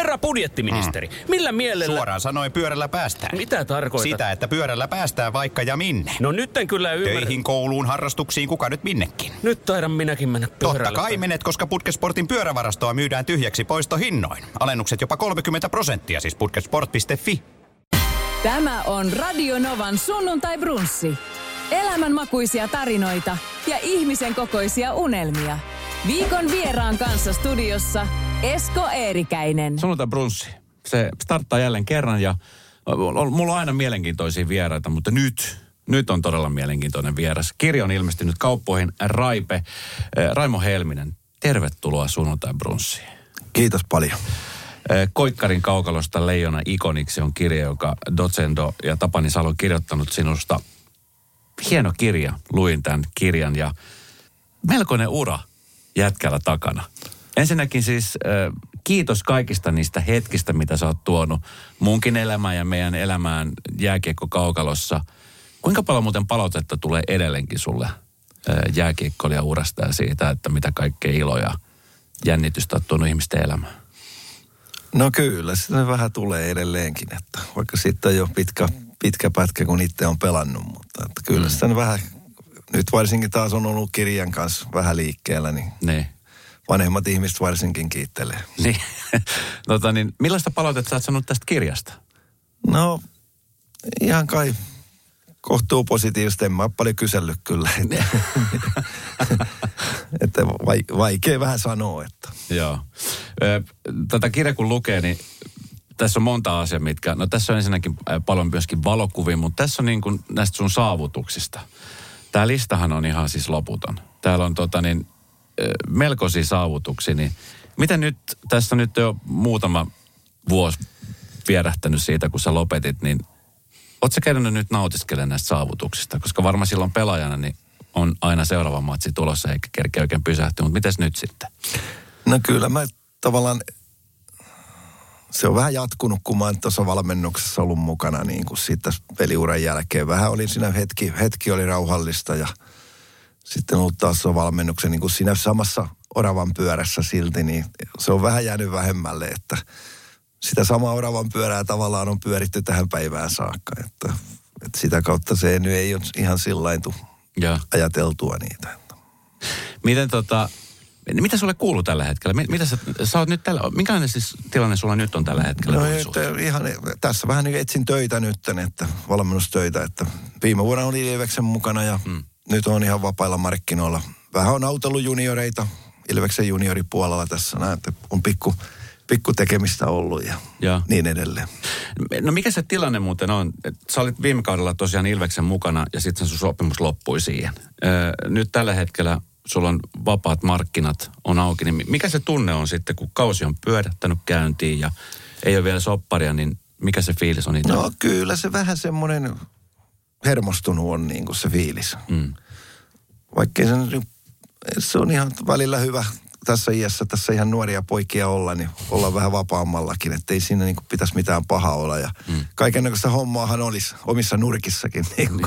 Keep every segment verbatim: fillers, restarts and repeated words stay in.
Herra budjettiministeri, mm. millä mielellä... Suoraan sanoen pyörällä päästään. Mitä tarkoitat? Sitä, että pyörällä päästään vaikka ja minne. No nyt en kyllä ymmärrä. Töihin, kouluun, harrastuksiin, kuka nyt minnekin. Nyt taidan minäkin mennä pyörällä. Totta kai menet, koska Putkesportin pyörävarastoa myydään tyhjäksi poistohinnoin. Alennukset jopa kolmekymmentä prosenttia, siis putkesport piste fi. Tämä on Radio Novan sunnuntai-brunssi. Elämänmakuisia tarinoita ja ihmisen kokoisia unelmia. Viikon vieraan kanssa studiossa Esko Eerikäinen. Sunnuntai-brunssi. Se starttaa jälleen kerran ja mulla on aina mielenkiintoisia vieraita, mutta nyt, nyt on todella mielenkiintoinen vieras. Kirja on ilmestynyt kauppoihin. Raipe, Raimo Helminen, tervetuloa sunnuntai-brunssiin. Kiitos paljon. Koikkarin kaukalosta Leijona ikoniksi on kirja, joka Docendo ja Tapani Salo on kirjoittanut sinusta. Hieno kirja. Luin tämän kirjan ja melkoinen ura jätkällä takana. Ensinnäkin siis äh, kiitos kaikista niistä hetkistä, mitä sä oot tuonut munkin elämään ja meidän elämään jääkiekko kaukalossa. Kuinka paljon muuten palautetta tulee edelleenkin sulle äh, jääkiekkoilija urasta ja siitä, että mitä kaikkea iloja ja jännitystä oot tuonut ihmisten elämään? No kyllä, sitä vähän tulee edelleenkin, että vaikka sitten on jo pitkä, pitkä pätkä, kun itse on pelannut, mutta että kyllä mm. sitä vähän, nyt varsinkin taas on ollut kirjan kanssa vähän liikkeellä, niin, niin. vanhemmat ihmiset varsinkin kiittelee. Niin. Tota niin, millaista palautetta sä oot sanonut tästä kirjasta? No, ihan kai kohtuu positiivista, en mä ole paljon kysellyt kyllä. Että, että vaikea vähän sanoa, että. Joo. Tätä kirjaa kun lukee, niin tässä on monta asiaa, mitkä, no tässä on ensinnäkin paljon myöskin valokuvia, mutta tässä on niin kuin näistä sun saavutuksista. Tämä listahan on ihan siis loputon. Täällä on tota niin, melkoisia saavutuksia, niin miten nyt, tässä on nyt jo muutama vuosi vierähtänyt siitä, kun sä lopetit, niin ootko sä käynyt nyt nautiskelemaan näistä saavutuksista? Koska varmaan silloin pelaajana niin on aina seuraava matsi tulossa eikä kerkeä oikein pysähtyä, mutta mites nyt sitten? No kyllä mä tavallaan, se on vähän jatkunut, kun mä oon tuossa valmennuksessa ollut mukana niin kuin siitä peliuran jälkeen. Vähän olin siinä hetki, hetki oli rauhallista ja sitten ollut taas valmennuksen niin kuin siinä samassa oravan pyörässä silti, niin se on vähän jäänyt vähemmälle, että sitä samaa oravan pyörää tavallaan on pyöritty tähän päivään saakka, että, että sitä kautta se nyt ei ole ihan sillain ajateltua niitä. Miten tota, mitä sulle kuuluu tällä hetkellä? Mitä sä, sä oot nyt tällä, minkälainen siis tilanne sulla nyt on tällä hetkellä? No että ihan, tässä vähän niin etsin töitä nyt, että valmennustöitä, että viime vuonna olin Ilveksen mukana ja hmm. nyt on ihan vapailla markkinoilla. Vähän on autellut junioreita Ilveksen junioripuolella tässä, näin, että on pikku, pikku tekemistä ollut ja, ja niin edelleen. No mikä se tilanne muuten on? Sä olit viime kaudella tosiaan Ilveksen mukana ja sitten sun sopimus loppui siihen. Öö, nyt tällä hetkellä sulla on vapaat markkinat, on auki, niin mikä se tunne on sitten, kun kausi on pyörähtänyt käyntiin ja ei ole vielä sopparia, niin mikä se fiilis on? Niitä? No kyllä se vähän semmoinen hermostunut on niin kuin se fiilis. Mm. Vaikkei se, se on ihan välillä hyvä tässä iässä, tässä ihan nuoria poikia olla, niin olla vähän vapaammallakin, että ei siinä niin kuin pitäisi mitään pahaa olla. Ja mm. kaikennäköistä hommaahan olisi omissa nurkissakin. Niin kuin.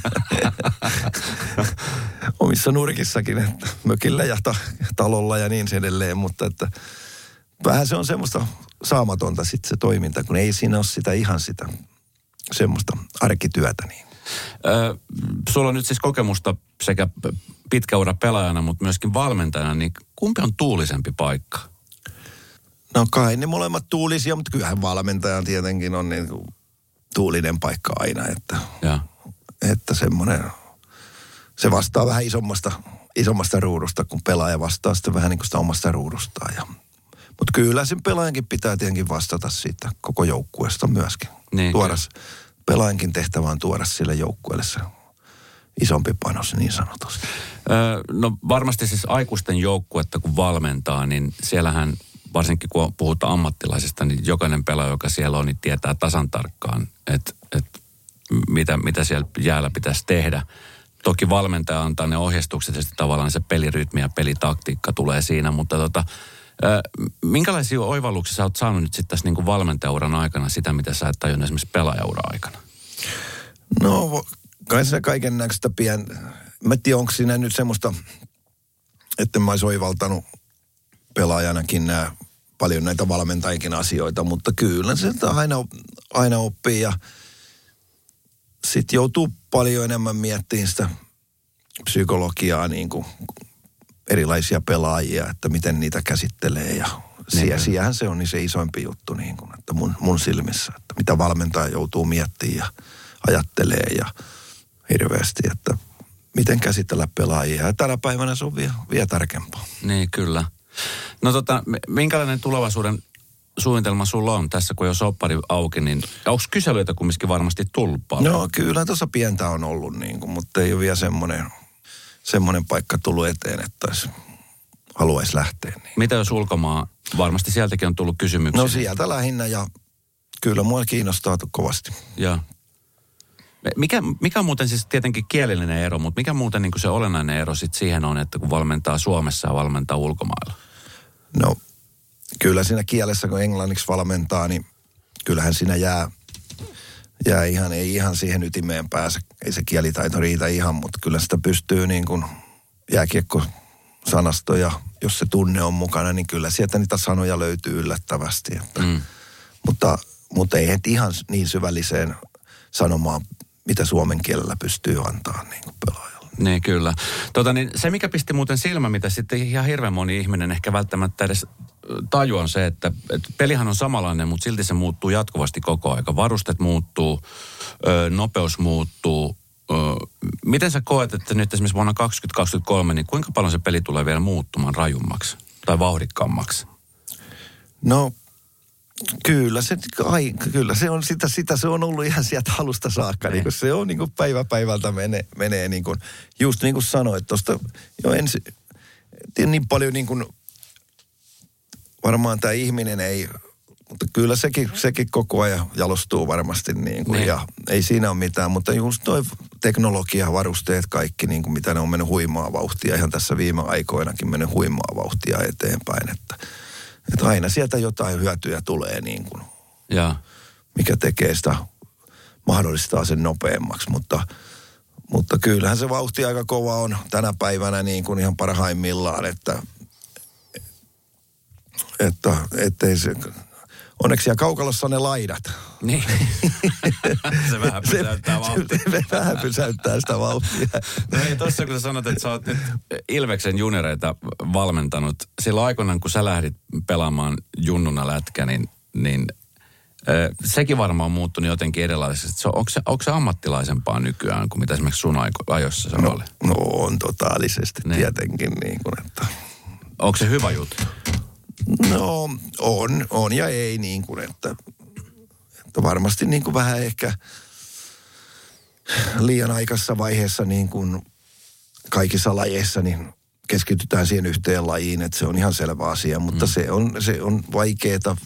omissa nurkissakin, että mökillä ja ta- talolla ja niin edelleen, mutta että vähän se on semmoista saamatonta sitten se toiminta, kun ei siinä ole sitä ihan sitä semmoista arkityötä. Niin. Öö, sulla on nyt siis kokemusta sekä pitkä ura pelaajana, mutta myöskin valmentajana, niin kumpi on tuulisempi paikka? No kai ne molemmat tuulisia, mutta kyllähän valmentajan tietenkin on niin kuin tuulinen paikka aina, että, että semmoinen, se vastaa vähän isommasta, isommasta ruudusta, kun pelaaja vastaa sitten vähän niin kuin sitä omasta ruudustaan. Ja, mutta kyllä sen pelaajankin pitää tietenkin vastata siitä koko joukkueesta myöskin. Niin, tuoda, pelaajankin tehtävä on tuoda sille joukkueelle se isompi panos niin sanotusti. Öö, no varmasti siis aikuisten joukkuetta kun valmentaa, niin siellähän varsinkin kun puhutaan ammattilaisista, niin jokainen pelaaja, joka siellä on, niin tietää tasan tarkkaan, että, että mitä, mitä siellä jäällä pitäisi tehdä. Toki valmentaja antaa ne ohjeistukset ja sitten tavallaan se pelirytmi ja pelitaktiikka tulee siinä, mutta tota, öö, minkälaisia oivalluksia sä oot saanut nyt sitten tässä niin kuin valmentajauran aikana sitä, mitä sä et tajunnut esimerkiksi pelaajauran aikana? No kai se kaiken näköistä pien, mä en tiedä onko siinä nyt semmoista, että mä ois oivaltanut pelaajanakin nämä paljon näitä valmentajikin asioita, mutta kyllä se aina, aina oppii ja sitten joutuu paljon enemmän miettimään sitä psykologiaa, niin kuin erilaisia pelaajia, että miten niitä käsittelee ja sie, siehän se on niin se isoimpi juttu niin kuin, että mun, mun silmissä, että mitä valmentaja joutuu miettimään ja ajattelee ja hirveästi, että miten käsitellä pelaajia. Ja tänä päivänä se on vielä, vielä tärkeämpää. Niin, kyllä. No tota, minkälainen tulevaisuuden suunnitelma sulla on tässä, kun jo soppari auki, niin onko kyselyitä kumminkin varmasti tullut paljon? No kyllä tuossa pientä on ollut, niin kuin, mutta ei ole vielä semmoinen, semmoinen paikka tullut eteen, että olisi, haluaisi lähteä. Niin. Mitä jos ulkomaan? Varmasti sieltäkin on tullut kysymyksiä. No sieltä lähinnä ja kyllä mua kiinnostaa kovasti. Joo. Mikä, mikä on muuten siis tietenkin kielellinen ero, mutta mikä muuten niin kuin se olennainen ero sitten siihen on, että kun valmentaa Suomessa ja valmentaa ulkomailla? No kyllä siinä kielessä, kun englanniksi valmentaa, niin kyllähän siinä jää, jää ihan, ei ihan siihen ytimeen pääse. Ei se kielitaito riitä ihan, mutta kyllä sitä pystyy niin kuin jääkiekko-sanasto ja jos se tunne on mukana, niin kyllä sieltä niitä sanoja löytyy yllättävästi. Että, mm. mutta, mutta ei heti ihan niin syvälliseen sanomaan, mitä suomen kielellä pystyy antaa niin kuin pelaajalle. Niin, kyllä. Tota, niin se, mikä pisti muuten silmä, mitä sitten ihan hirveän moni ihminen ehkä välttämättä edes tajua, on se, että, että pelihan on samanlainen, mutta silti se muuttuu jatkuvasti koko aika. Varustet muuttuu, ö, nopeus muuttuu. Ö, miten sä koet, että nyt esimerkiksi vuonna kaksituhattakaksikymmentäkolme, niin kuinka paljon se peli tulee vielä muuttumaan rajummaksi tai vauhdikkaammaksi? No Kyllä se, ai, kyllä se on sitä, sitä se on ollut ihan sieltä alusta saakka. Niin se on niin kuin päivä päivältä menee, menee niin kuin, just niin kuin sanoit tuosta jo ensin, niin paljon niin kuin, varmaan tämä ihminen ei, mutta kyllä sekin, sekin koko ajan jalostuu varmasti niin kuin, niin. Ja ei siinä ole mitään, mutta just toi teknologia, varusteet, kaikki niin kuin mitä ne on mennyt huimaa vauhtia, ihan tässä viime aikoinakin mennyt huimaa vauhtia eteenpäin, että Että aina sieltä jotain hyötyjä tulee niin kuin, ja. mikä tekee sitä, mahdollistaa sen nopeammaksi. Mutta, mutta kyllähän se vauhti aika kova on tänä päivänä niin kuin ihan parhaimmillaan, että, että ettei se, onneksi siellä kaukalossa on ne laidat. Niin, se vähän pysäyttää vauhtia. Se, se vähän pysäyttää sitä vauhtia. No ei, tossa kun sä sanot, että sä oot nyt Ilveksen junioreita valmentanut, silloin aikoinaan kun sä lähdit pelaamaan junnuna lätkä, niin, niin äh, sekin varmaan on muuttunut jotenkin erilaiseksi. Se, onko, se, onko se ammattilaisempaa nykyään kuin mitä esimerkiksi sun ajoissa se no, oli? No on totaalisesti niin. Tietenkin niin kuin, että... Onko se hyvä juttu? No on, on ja ei niin kuin, että, että varmasti niin kuin vähän ehkä liian aikaisessa vaiheessa niin kuin kaikissa lajeissa niin keskitytään siihen yhteen lajiin, että se on ihan selvä asia, mutta mm. se on, se on vaikeeta.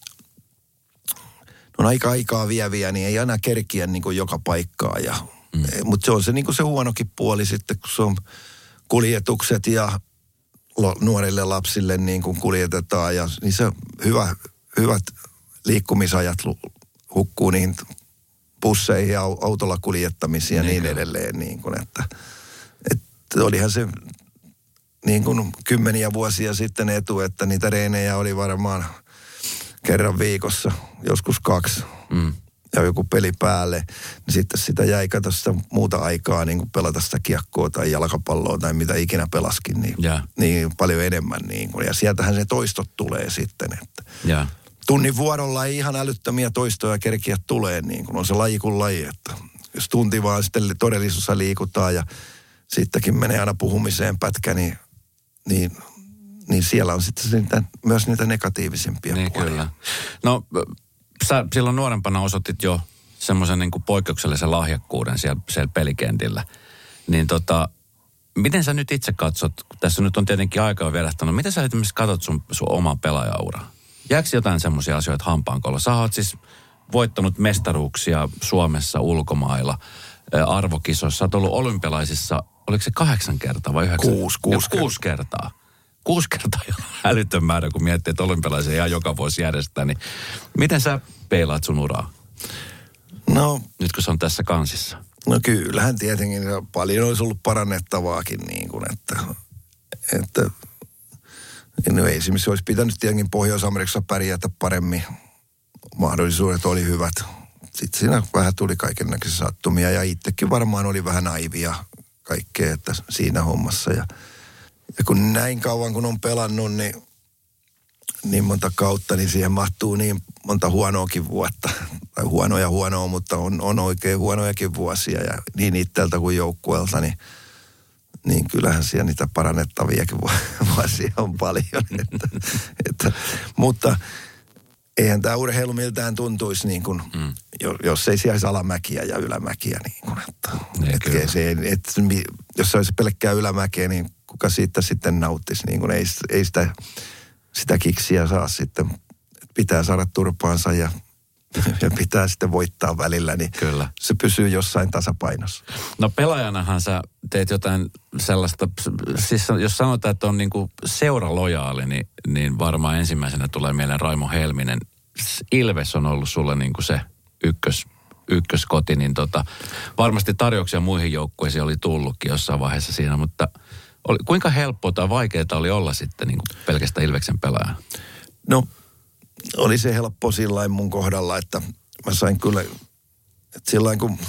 On aika aikaa vieviä, niin ei aina kerkiä niin kuin joka paikkaa, ja, mm. mutta se on se, niin kuin se huonokin puoli sitten, kun se on kuljetukset ja nuorille lapsille niin kuin kuljetetaan ja niin se hyvä, hyvät liikkumisajat hukkuu niihin busseihin ja autolla kuljettamisiin ja niin, niin edelleen. Niin kuin, että, että olihan se niin kuin kymmeniä vuosia sitten etu, että niitä reenejä oli varmaan kerran viikossa, joskus kaksi. Mm. Ja joku peli päälle, niin sitten sitä jäi kato sitä muuta aikaa niin kuin pelata sitä kiekkoa tai jalkapalloa tai mitä ikinä pelaskin, niin, yeah. niin paljon enemmän. Niin kuin. Ja sieltähän se toistot tulee sitten. Että yeah. Tunnin vuorolla ei ihan älyttömiä toistoja kerkiä tulee, niin kuin on se laji kuin laji. Että jos tunti vaan sitten todellisuudessa liikutaan ja sittenkin menee aina puhumiseen pätkä, niin, niin, niin siellä on sitten niitä, myös niitä negatiivisempia niin, puolia. Kyllä. No... Sä silloin nuorempana osoitit jo semmoisen niin kuin poikkeuksellisen lahjakkuuden siellä, siellä pelikentillä. Niin tota, miten sä nyt itse katsot, tässä nyt on tietenkin aikaa vierähtänyt, miten sä esimerkiksi katsot sun, sun omaa pelaajauraa? Jääkö jotain semmoisia asioita hampaankoloon? Sä oot siis voittanut mestaruuksia Suomessa, ulkomailla, arvokisoissa. Sä oot ollut olympialaisissa, oliko se kahdeksan kertaa vai yhdeksän? Kuusi, kuusi, kuusi kertaa. Kuusi kertaa jo älytön määrä, kun miettii, että olympialaisia ihan joka vuosi järjestää, niin miten sä peilaat sun uraa? No... Nyt kun se on tässä kansissa. No kyllähän tietenkin paljon olisi ollut parannettavaakin niin kuin, että, että No ei esimerkiksi olisi pitänyt tietenkin Pohjois-Amerikassa pärjätä paremmin. Mahdollisuudet oli hyvät. Sitten siinä vähän tuli kaikennäköisiä sattumia ja itsekin varmaan oli vähän naivia kaikkea että siinä hommassa. Ja, ja kun näin kauan kun on pelannut, niin, niin monta kautta, niin siihen mahtuu niin monta huonoakin vuotta. Tai huonoja huonoa, mutta on, on oikein huonojakin vuosia ja niin itseltä kuin joukkueelta, niin niin kyllähän siellä niitä parannettaviakin vuosia on paljon. Että, että, mutta eihän tämä urheilu miltään tuntuisi niin kuin, mm. jos ei siellä olisi alamäkiä ja ylämäkiä. Niin kuin, että, et, se, et, jos se olisi pelkkää ylämäkeä, niin kuka siitä sitten nauttisi. Niin kuin, ei ei sitä, sitä kiksiä saa sitten. Pitää saada turpaansa ja ja pitää sitten voittaa välillä, niin Kyllä. se pysyy jossain tasapainossa. No pelaajanahan sä teet jotain sellaista, siis jos sanotaan, että on niinku seuralojaali, niin, niin varmaan ensimmäisenä tulee mieleen Raimo Helminen. Ilves on ollut sulle niinku se ykkös, ykköskoti, niin tota, varmasti tarjouksia muihin joukkueisiin oli tullutkin jossain vaiheessa siinä, mutta oli, kuinka helppoa tai vaikeaa oli olla sitten niinku pelkästään Ilveksen pelaaja? No oli se helppo sillain mun kohdalla, että mä sain kyllä, että sillain kun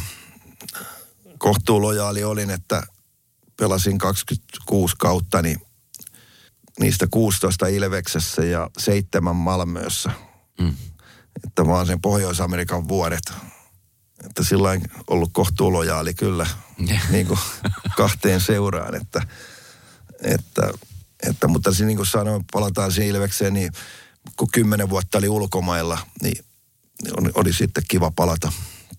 kohtuulojaali olin, että pelasin kaksikymmentäkuusi kautta, niin niistä kuusitoista Ilveksessä ja seitsemän Malmössä. Mm. Että mä oon sen Pohjois-Amerikan vuodet. Että sillain ollut kohtuulojaali kyllä yeah. niin kuin kahteen seuraan, että, että, että mutta niin kuin sanoin, palataan siihen Ilvekseen, niin kun kymmenen vuotta oli ulkomailla, niin oli sitten kiva palata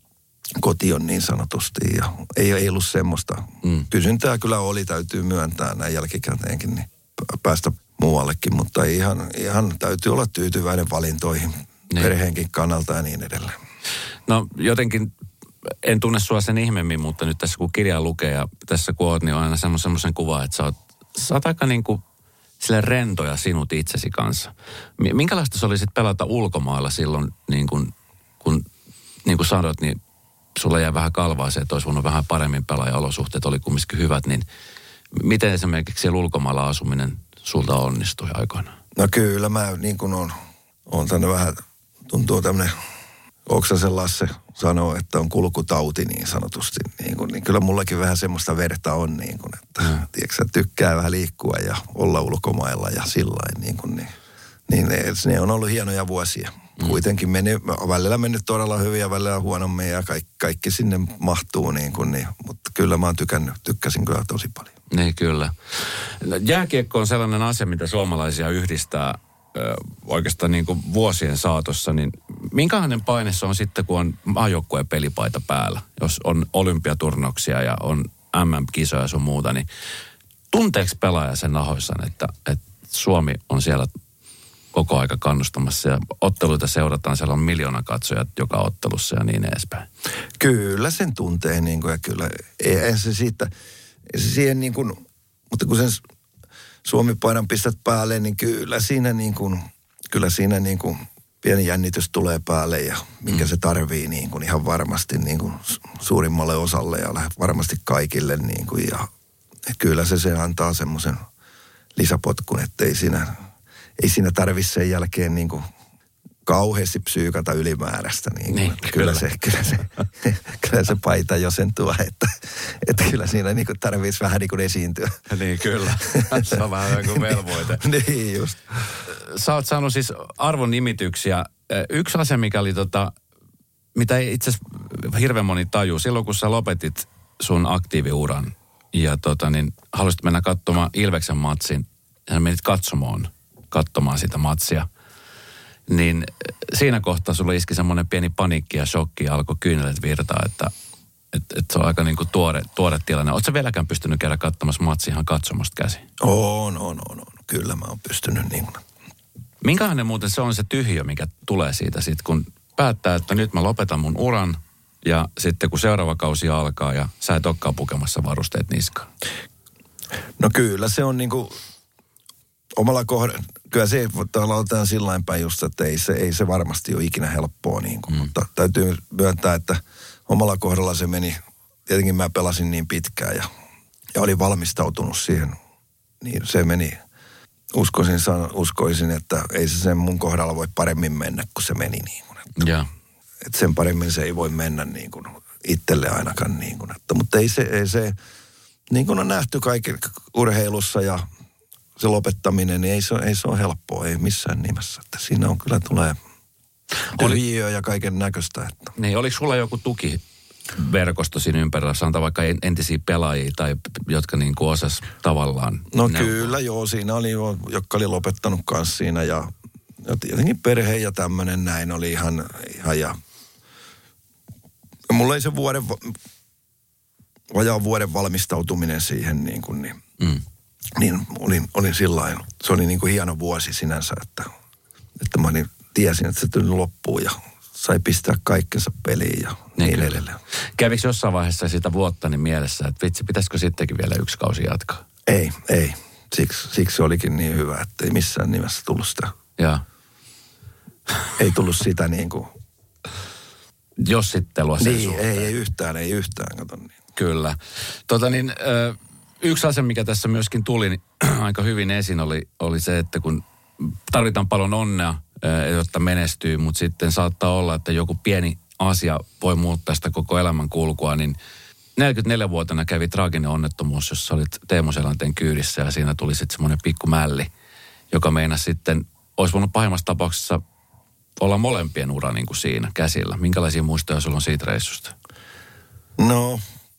kotiin niin sanotusti. Ja ei, ei ollut semmoista. Mm. Kysyntää kyllä oli, täytyy myöntää näin jälkikäteenkin, niin päästä muuallekin. Mutta ihan, ihan täytyy olla tyytyväinen valintoihin niin. Perheenkin kannalta ja niin edelleen. No jotenkin, en tunne sua sen ihmeemmin, mutta nyt tässä kun kirjaa lukee ja tässä kun oot, niin on aina semmoisen kuva, että sä oot, sä oot aika niin kuin sille rentoja sinut itsesi kanssa. Minkälaista se oli sitten pelata ulkomailla silloin, niin kun, kun niin kuin sanoit, niin sulla jäi vähän kalvaa se, että olisi voinut vähän paremmin pelaa ja olosuhteet oli kumminkin hyvät, niin miten esimerkiksi siellä ulkomailla asuminen sulta onnistui aikoinaan? No kyllä, mä niin kuin on, on tänne vähän, tuntuu tämmöinen Oksasen Lasse sanoo, että on kulkutauti niin sanotusti. Niin, kuin, niin kyllä mullakin vähän semmoista verta on, niin kuin, että mm. tiedätkö, tykkää vähän liikkua ja olla ulkomailla ja sillain. Niin, kuin, niin, niin ne, ne on ollut hienoja vuosia. Mm. Kuitenkin meni, välillä mennyt todella hyvin ja välillä huonommin ja kaikki, kaikki sinne mahtuu. Niin kuin, niin, mutta kyllä mä oon tykännyt, tykkäsin kyllä tosi paljon. Niin kyllä. Jääkiekko on sellainen asia, mitä suomalaisia yhdistää oikeastaan niin kuin vuosien saatossa, niin minkälainen paine se on sitten, kun on maajoukkueen pelipaita päällä, jos on olympiaturnauksia ja on M M-kisoja ja sun muuta, niin tunteeko pelaaja sen nahoissaan, että, että Suomi on siellä koko aika kannustamassa ja otteluita seurataan, siellä on miljoona katsojat joka ottelussa ja niin edespäin? Kyllä sen tuntee niin kuin, ja kyllä ei se siitä, ei se siihen niin kuin, mutta kun sen Suomi-paidan pistät päälle, niin kyllä siinä niin kuin, kyllä siinä niin kuin pieni jännitys tulee päälle ja minkä mm. se tarvii niin kuin ihan varmasti niin kuin suurimmalle osalle ja varmasti kaikille niin kuin ja kyllä se, se antaa semmoisen lisäpotkun, että ei siinä, ei siinä tarvitse sen jälkeen niin kuin kauheasti psyykata ylimääräistä. Niin niin, kyllä, kyllä, se, kyllä, se, kyllä se paita jo sen tuo, että, että kyllä siinä niin tarvitsisi vähän niin kuin esiintyä. Niin kyllä, se on vähän kuin velvoite. Niin just. Sä oot saanut siis arvon nimityksiä. Yksi asia, mikä oli tota, mitä itse asiassa hirveän moni tajuu, silloin kun sä lopetit sun aktiiviuran ja tota niin, halusit mennä katsomaan Ilveksen matsin ja menit katsomaan, katsomaan sitä matsia. Niin siinä kohtaa sulla iski semmoinen pieni paniikki ja shokki ja alkoi kyynelet virtaa, että, että, että se on aika niin kuin tuore, tuore tilanne. Oletko sä vieläkään pystynyt käydä katsomassa matsia ihan katsomasta käsin? On, on, on, on. Kyllä mä oon pystynyt niin kuin. Minkälainen muuten se on se tyhjö, mikä tulee siitä sitten, kun päättää, että nyt mä lopetan mun uran ja sitten kun seuraava kausi alkaa ja sä et olekaan pukemassa varusteet niskaan? No kyllä se on niin kuin omalla kohdalla, kyllä se aloitetaan sillain päin just, että ei se, ei se varmasti ole ikinä helppoa niin kuin, mm. mutta täytyy myöntää, että omalla kohdalla se meni, tietenkin mä pelasin niin pitkään ja, ja olin valmistautunut siihen, niin se meni, uskoisin, uskoisin, että ei se sen mun kohdalla voi paremmin mennä, kun se meni niin kuin. Että, yeah. että sen paremmin se ei voi mennä niin kuin itselle ainakaan niin kuin. Että, mutta ei se, ei se, niin kuin on nähty kaiken urheilussa ja se lopettaminen, niin ei se, ei se ole helppoa, ei missään nimessä. Että siinä on kyllä tulee tyhjiöä ja kaiken näköistä. Että. Niin, oliko sulla joku tukiverkosto siinä ympärillä, sanotaan vaikka entisiä pelaajia tai jotka niin kuin osas tavallaan? No ne... kyllä, joo, siinä oli jo, jotka oli lopettanut kanssa siinä ja, ja tietenkin perhe ja tämmöinen näin oli ihan, ihan ja mulla ei se vuoden, vajaan vuoden valmistautuminen siihen niin kuin, niin, mm. niin olin, olin sillain, se oli niin kuin hieno vuosi sinänsä, että, että mä olin, tiesin, että se tuli loppuun ja sai pistää kaikkensa peliin ja niin, niin edelleen. Kävikö jossain vaiheessa sitä vuotta niin mielessä, että vitsi, pitäisikö sittenkin vielä yksi kausi jatkaa? Ei, ei. Siksi, siksi olikin niin hyvä, että ei missään nimessä tullut sitä. Jaa. Ei tullut sitä niin kuin jossittelua sen niin, suhteen. ei, ei yhtään, ei yhtään, kato niin. Kyllä. Tota niin, yksi asia, mikä tässä myöskin tuli niin, aika hyvin esiin, oli, oli se, että kun tarvitaan paljon onnea, jotta menestyy, mutta sitten saattaa olla, että joku pieni asia voi muuttaa sitä koko elämän kulkua, niin neljäkymmentäneljä-vuotiaana kävi traaginen onnettomuus, jossa olit Teemu Selänteen kyydissä ja siinä tuli sitten semmoinen pikku mälli, joka meinasi sitten, olisi voinut pahimmassa tapauksessa olla molempien ura niin kuin siinä käsillä. Minkälaisia muistoja sulla on siitä reissusta? No,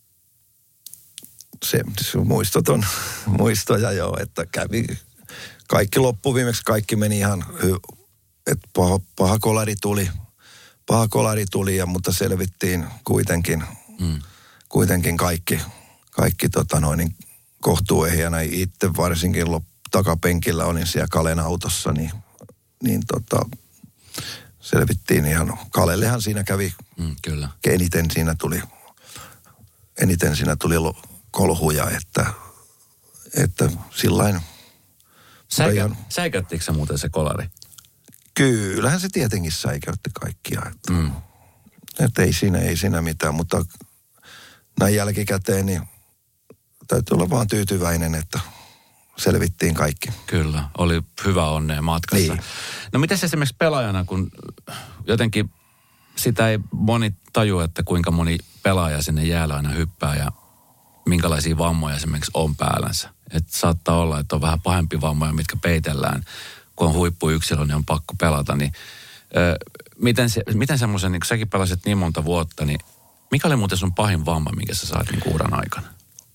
se, se muistot on muistoja joo, että kävi kaikki loppu viimeksi, kaikki meni ihan hyvin. Että paha, paha kolari tuli, paha kolari tuli, ja, mutta selvittiin kuitenkin, mm. kuitenkin kaikki, kaikki tota noin, kohtuuehjänä. Itse varsinkin lop, takapenkillä olin siellä Kalen autossa, niin, niin tota, selvittiin ihan, Kalellehan siinä kävi, mm, kyllä. eniten siinä tuli, eniten siinä tuli kolhuja, että, että sillain. Säikä, säikättikö sä muuten se kolari? Kyllähän se tietenkin säikäytti kaikkia. Että, mm. että ei siinä, ei siinä mitään, mutta näin jälkikäteen niin täytyy olla vaan tyytyväinen, että selvittiin kaikki. Kyllä, oli hyvä onnea matkassa. Niin. No mitäs esimerkiksi pelaajana, kun jotenkin sitä ei moni tajua, että kuinka moni pelaaja sinne jäällä aina hyppää ja minkälaisia vammoja esimerkiksi on päällänsä. Että saattaa olla, että on vähän pahempi vammoja, mitkä peitellään. Kun on huippuyksilö, niin on pakko pelata. Niin, ö, miten, se, miten semmoisen, niin kun säkin pelasit niin monta vuotta, niin mikä oli muuten sun pahin vamma, minkä sä sait niin uran aikana?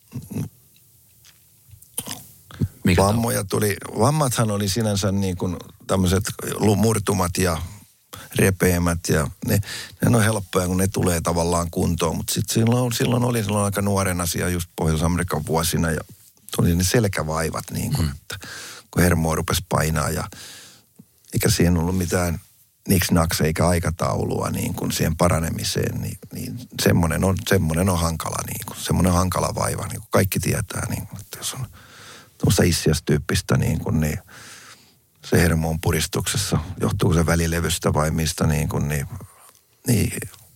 Mikä Vammoja tuli, vammathan oli sinänsä niin kuin tämmöiset murtumat ja repeämät ja ne, ne on helppoja, kun ne tulee tavallaan kuntoon. Mutta sitten silloin, silloin oli silloin aika nuoren asia just Pohjois-Amerikan vuosina ja tuli ne selkävaivat niin kuin, mm. että kun hermoa rupesi painaa ja eikä siihen ollut mitään niks-naks eikä aikataulua niin kuin siihen paranemiseen, niin, niin semmoinen, on, semmoinen on hankala, niin kuin, semmoinen on hankala vaiva, niin kuin kaikki tietää, niin kuin, että jos on tuosta issias-tyyppistä, niin, kuin, niin se hermo on puristuksessa, johtuu se välilevystä vai mistä, niin, kuin, niin, niin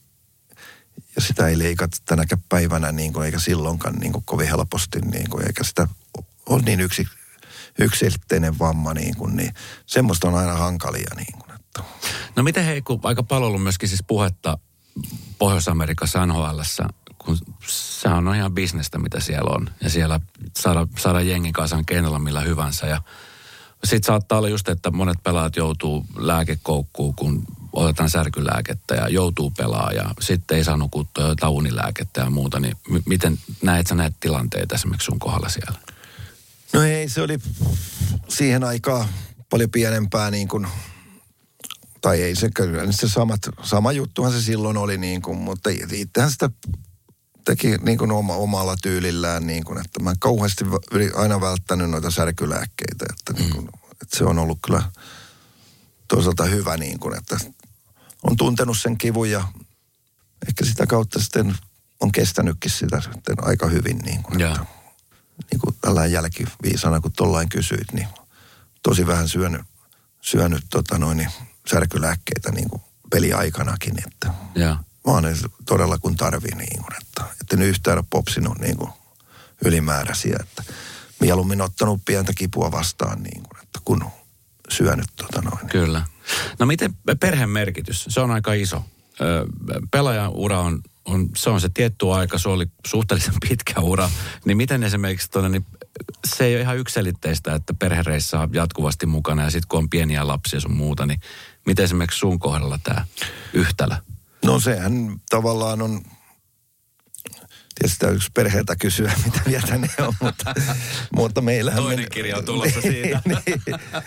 ja sitä ei leikata tänäkään päivänä, niin kuin, eikä silloinkaan niin kuin, kovin helposti, niin kuin, eikä sitä ole niin yksi yksiselitteinen vamma, niin, kuin, niin semmoista on aina hankalia. Niin kuin, että. No miten hei, kun aika paljon ollut myöskin siis puhetta Pohjois-Amerikassa N H L:ssä, kun sehän on ihan bisnestä, mitä siellä on. Ja siellä saada, saada jengin kanssa keinolla millä hyvänsä. Ja sitten saattaa olla just, että monet pelaajat joutuu lääkekoukkuun, kun otetaan särkylääkettä ja joutuu pelaamaan. Ja sitten ei saa nukuttua jotain unilääkettä ja muuta. Niin m- miten näet sä näitä tilanteita esimerkiksi sun kohdalla siellä? No ei, se oli siihen aikaan paljon pienempää niin kuin, tai ei se kyllä, se samat, sama juttuhan se silloin oli niin kuin, mutta itsehän sitä teki niin kuin oma, omalla tyylillään niin kuin, että mä kauheasti aina välttänyt noita särkylääkkeitä, että, niin kuin, että se on ollut kyllä toisaalta hyvä niin kuin, että on tuntenut sen kivun ja ehkä sitä kautta sitten on kestänytkin sitä sitten aika hyvin niin kuin, että niin kuin tällainen jälkiviisana, kun tollain kysyit, niin tosi vähän syönyt, syönyt tota noin, särkylääkkeitä niin kuin peliaikanakin, että ja. Vaan ne todella kun tarvii, niin kuin, että, että ne yhtään ole popsinut niin kuin ylimääräisiä. Että. mieluummin ottanut pientä kipua vastaan, niin kuin, että kun syönyt tota noin. Kyllä. No miten perheen merkitys? Se on aika iso. Pelaajan ura on, on, se on se tietty aika, se oli suhteellisen pitkä ura. Niin miten esimerkiksi tuonne, niin se ei ole ihan yksiselitteistä, että perhereissä on jatkuvasti mukana ja sitten kun on pieniä lapsia sun muuta, niin miten esimerkiksi sun kohdalla tämä yhtälö? No sehän tavallaan on, tietysti yksi perheeltä kysyä, mitä mieltä ne on, mutta, mutta meillähän... Toinen men... kirja on tulossa siitä. niin.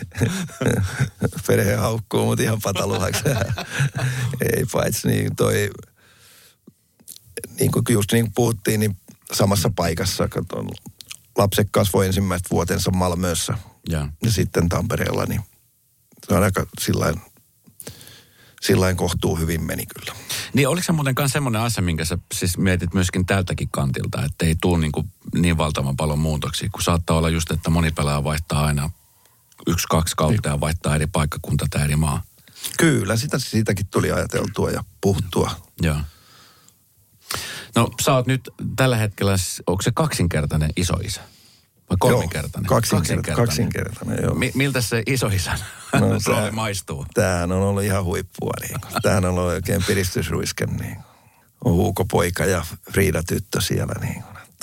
Perhe haukkuu, mutta ihan pataluhaksi. Ei paitsi niin toi, niin kuin just niin kuin puhuttiin, niin samassa paikassa, katon, lapset kasvoi ensimmäiset vuotensa Malmössä ja, ja sitten Tampereella, niin se on aika sillain, sillain kohtuu hyvin meni kyllä. Niin oliko se muuten myös semmoinen asia, minkä sä siis mietit myöskin tältäkin kantilta, että ei tule niin, kuin niin valtavan paljon muutoksia, kun saattaa olla just, että moni pelaaja vaihtaa aina yksi, kaksi kautta ja vaihtaa eri paikkakunta tai eri maa. Kyllä, sitä, siitäkin tuli ajateltua ja puhuttua. Joo. No sä oot nyt tällä hetkellä, onko se kaksinkertainen isoisä? Vai kolminkertainen? Joo, kaksinkertainen. kaksinkertainen, joo. Mi- miltä se isoisän no, rooli maistuu? Tämähän on ollut ihan huippua. Niin. Tämähän on ollut oikein piristysruiske. Niin. On Huuko poika ja Friida tyttö siellä. Niin.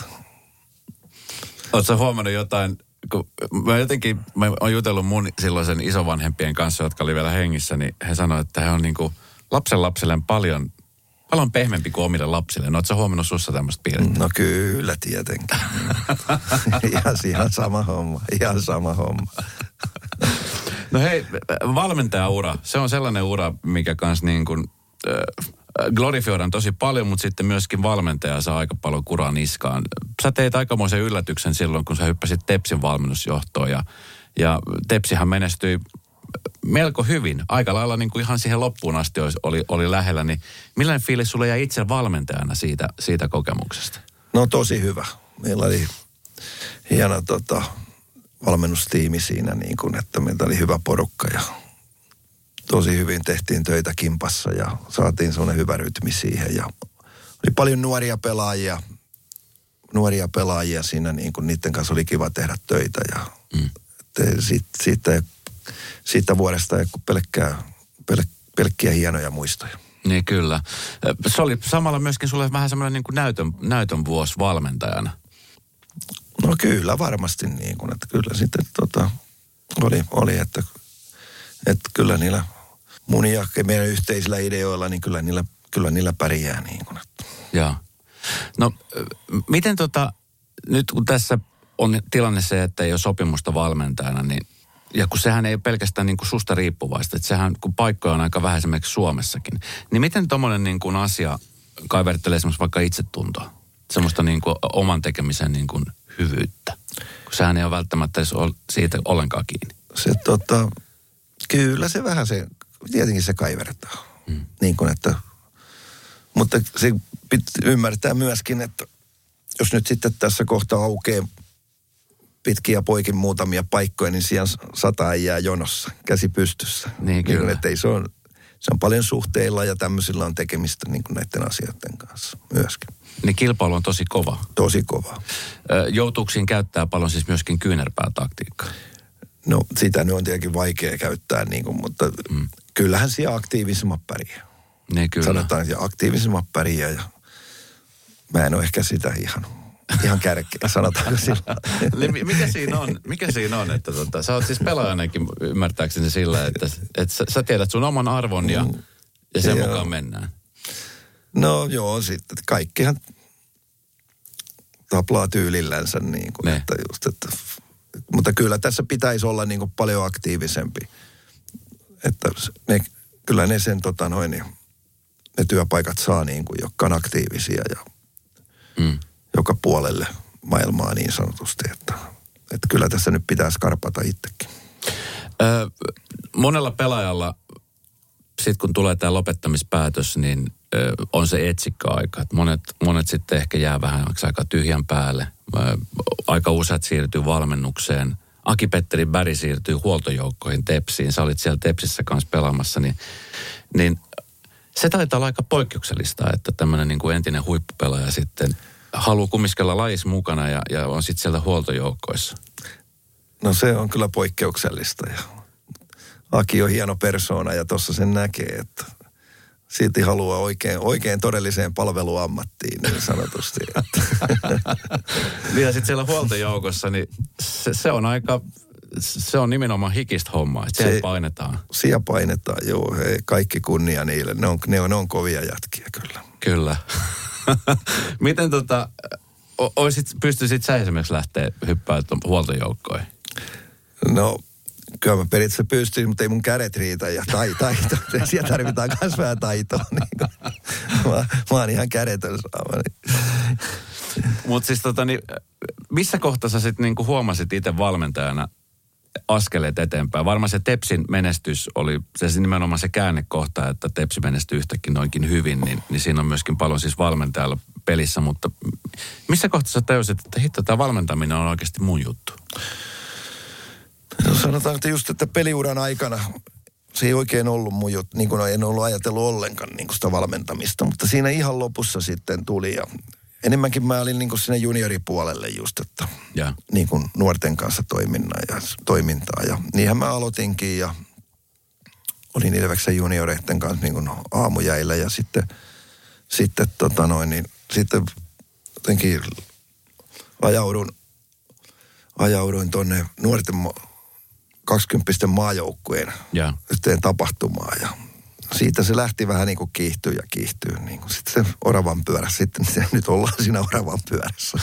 Oletko sä huomannut jotain, kun mä jotenkin, mä oon jutellut mun silloisen isovanhempien kanssa, jotka oli vielä hengissä, niin he sanoivat, että he on niin kuin lapsen lapselleen paljon... Paljon pehmeämpi kuin omille lapsille. No, ootko sä huomannut sussa tämmöistä piirrettä? No kyllä, tietenkin. ihan, ihan sama homma, ihan sama homma. No hei, valmentajaura, se on sellainen ura, mikä kans niin kuin äh, glorifioidaan tosi paljon, mutta sitten myöskin valmentaja saa aika paljon kuraa niskaan. Sä teit aikamoisen yllätyksen silloin, kun sä hyppäsit Tepsin valmennusjohtoon ja, ja Tepsihän menestyi melko hyvin. Aika lailla niin kuin ihan siihen loppuun asti oli, oli lähellä. Niin millainen fiilis sulle jäi itse valmentajana siitä, siitä kokemuksesta? No tosi hyvä. Meillä oli hieno tota, valmennustiimi siinä, niin kuin, että meillä oli hyvä porukka ja tosi hyvin tehtiin töitä kimpassa ja saatiin semmoinen hyvä rytmi siihen. Ja oli paljon nuoria pelaajia, nuoria pelaajia siinä, niin kuin niiden kanssa oli kiva tehdä töitä. Ja mm. siitä, siitä Siitä vuodesta ei kuin pelkkää, pel, pelkkiä hienoja muistoja. Niin kyllä. Se oli samalla myöskin sulle vähän semmoinen niin kuin näytön, näytön vuosi valmentajana. No kyllä varmasti niin kuin, että kyllä sitten tota, oli, oli että, että kyllä niillä mun ja meidän yhteisillä ideoilla, niin kyllä niillä, kyllä niillä pärjää niin kuin. Että. Joo. No miten tota, nyt kun tässä on tilanne se, että ei ole sopimusta valmentajana, niin ja kun sehän ei ole pelkästään niin kuin susta riippuvaista, että sehän kun paikkoja on aika vähän esimerkiksi Suomessakin, niin miten tommoinen niin kuin asia kaivertelee esimerkiksi vaikka itsetuntoa? Semmoista niin kuin oman tekemisen niin kuin hyvyyttä, kun sehän ei ole välttämättä edes siitä ollenkaan kiinni. Se tota, kyllä se vähän se, tietenkin se kaivertaa. Hmm. Niin kuin että, mutta se pitää ymmärtää myöskin, että jos nyt sitten tässä kohtaa aukeaa pitkiä poikin muutamia paikkoja, niin siellä sata ei jää jonossa, käsi pystyssä. Niin kyllä. Niin, että ei se, on, se on paljon suhteilla ja tämmöisillä on tekemistä niin kuin näiden asioiden kanssa myöskin. Niin kilpailu on tosi kova. Tosi kova. Joutuuksiin käyttää paljon siis myöskin kyynärpäätaktiikkaa. No sitä nyt on tietenkin vaikea käyttää, niin kuin, mutta mm. kyllähän siellä aktiivisemmat pärjää. Niin kyllä. Sanotaan, että aktiivisemmat pärjää ja mä en ole ehkä sitä ihan... Ihan kärkeä, sanotaanko sillä. Mikä siinä on, mikä siinä on että tota, sä oot siis pelaajanakin ymmärtääkseni sillä, että, että sä, sä tiedät sun oman arvon ja, ja sen joo. mukaan mennään. No joo, sitten kaikkihan taplaa tyylillänsä niin kuin, että just, että, mutta kyllä tässä pitäisi olla niin kuin paljon aktiivisempi. Että ne, kyllä ne sen tota noin, ne työpaikat saa niin kuin, jotka on aktiivisia ja mm. joka puolelle maailmaa niin sanotusti, että, että kyllä tässä nyt pitää skarpata itsekin. Öö, monella pelaajalla, sitten kun tulee tämä lopettamispäätös, niin öö, on se etsikkoaika. Et monet, monet sitten ehkä jää vähän aika tyhjän päälle. Öö, aika useat siirtyy valmennukseen. Aki-Petteri Berg siirtyy huoltojoukkoihin Tepsiin. Sä olit siellä Tepsissä kanssa pelaamassa, niin, niin se taitaa olla aika poikkeuksellista, että tämmöinen niin kuin entinen huippupelaaja sitten haluaa kummiskella lajissa mukana ja, ja on sitten sieltä huoltojoukkoissa? No se on kyllä poikkeuksellista. Ja Aki on hieno persoona ja tuossa sen näkee, että silti haluaa oikein, oikein todelliseen palveluammattiin niin sanotusti. Ja sitten siellä huoltojoukossa, niin se, se on aika, se on nimenomaan hikistä hommaa, että siellä painetaan. Siellä painetaan, joo. Hei, kaikki kunnia niille. Ne on, ne on, ne on kovia jätkiä kyllä. Kyllä. Miten tota, oisit, pystyisit sä esimerkiksi lähteä hyppäämään huoltojoukkoihin? No, kyllä mä periaatteessa pystyin, mutta ei mun kädet riitä ja tai, taito. Siellä tarvitaan myös vähän taitoa. Niin mä, mä oon ihan kädetön saama. Mutta siis tota, niin, missä kohtaa sä sitten niinku huomasit itse valmentajana askeleet eteenpäin? Varmaan se Tepsin menestys oli se nimenomaan se käännekohta, että Tepsi menestyi yhtäkkiä noinkin hyvin, niin, niin siinä on myöskin paljon siis valmentajalla pelissä, mutta missä kohtaa sä tajusit, että hitto, tämä valmentaminen on oikeasti mun juttu? No sanotaan, että just, että peliuran aikana se ei oikein ollut mun juttu, niin kuin en ollut ajatellut ollenkaan niin kuin sitä valmentamista, mutta siinä ihan lopussa sitten tuli ja enemmänkin mä olin niin kuin sinne junioripuolelle just, että ja. Niin kuin nuorten kanssa toiminnan ja toimintaa ja niinhän mä aloitinkin ja olin Ilveksen junioreiden kanssa niin kuin aamujäillä ja sitten, sitten tota noin, niin sitten jotenkin ajaudun, ajauduin tonne nuorten kaksikymppisten maajoukkueen ja. Yhteen tapahtumaan ja siitä se lähti vähän niin kuin kiihtyy ja kiihtyy. Niin kuin sitten se oravan pyörä, sitten se, nyt ollaan siinä oravan pyörässä.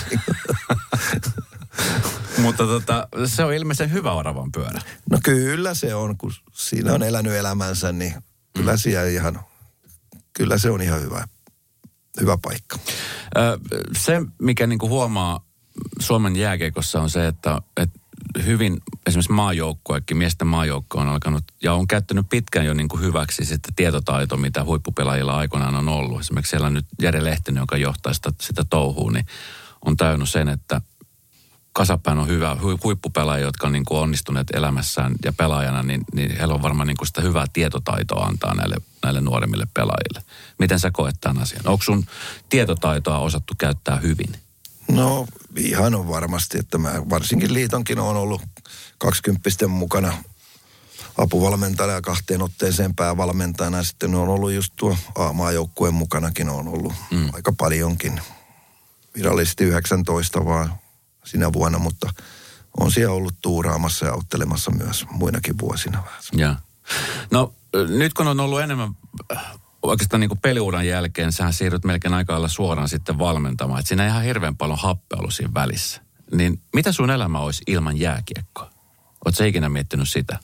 Mutta tota, se on ilmeisen hyvä oravan pyörä. No kyllä se on, kun siinä on elänyt elämänsä, niin kyllä, siellä ihan, kyllä se on ihan hyvä, hyvä paikka. Ö, se, mikä niin kuin huomaa Suomen jääkiekossa on se, että, että hyvin esimerkiksi maajoukkuekin, miesten maajoukko on alkanut ja on käyttänyt pitkään jo niin kuin hyväksi sitten tietotaito, mitä huippupelaajilla aikoinaan on ollut. Esimerkiksi siellä nyt Jere Lehtinen, joka johtaa sitä, sitä touhua, niin on tajunnut sen, että kasapäin on hyvä huippupelaajia, jotka on niin kuin onnistuneet elämässään ja pelaajana, niin, niin heillä on varmaan niin kuin sitä hyvää tietotaitoa antaa näille, näille nuoremmille pelaajille. Miten sä koet tämän asian? Onko sun tietotaitoa osattu käyttää hyvin? No ihan on varmasti, että mä varsinkin liitonkin on ollut kaksikymppisten mukana apuvalmentajana ja kahteen otteeseen päävalmentajana. Ja sitten on ollut just tuo A-maajoukkueen mukanakin on ollut mm. aika paljonkin. Virallisesti yhdeksäntoista vaan sinä vuonna, mutta on siellä ollut tuuraamassa ja auttelemassa myös muinakin vuosina. Ja. No nyt kun on ollut enemmän oikeastaan niin kuin peliuran jälkeen, sähän siirryt melkein aika lailla suoraan sitten valmentamaan. Että siinä ei ihan hirveän paljon happea ollut siinä välissä. Niin mitä sun elämä olisi ilman jääkiekkoa? Oletko sä ikinä miettinyt sitä?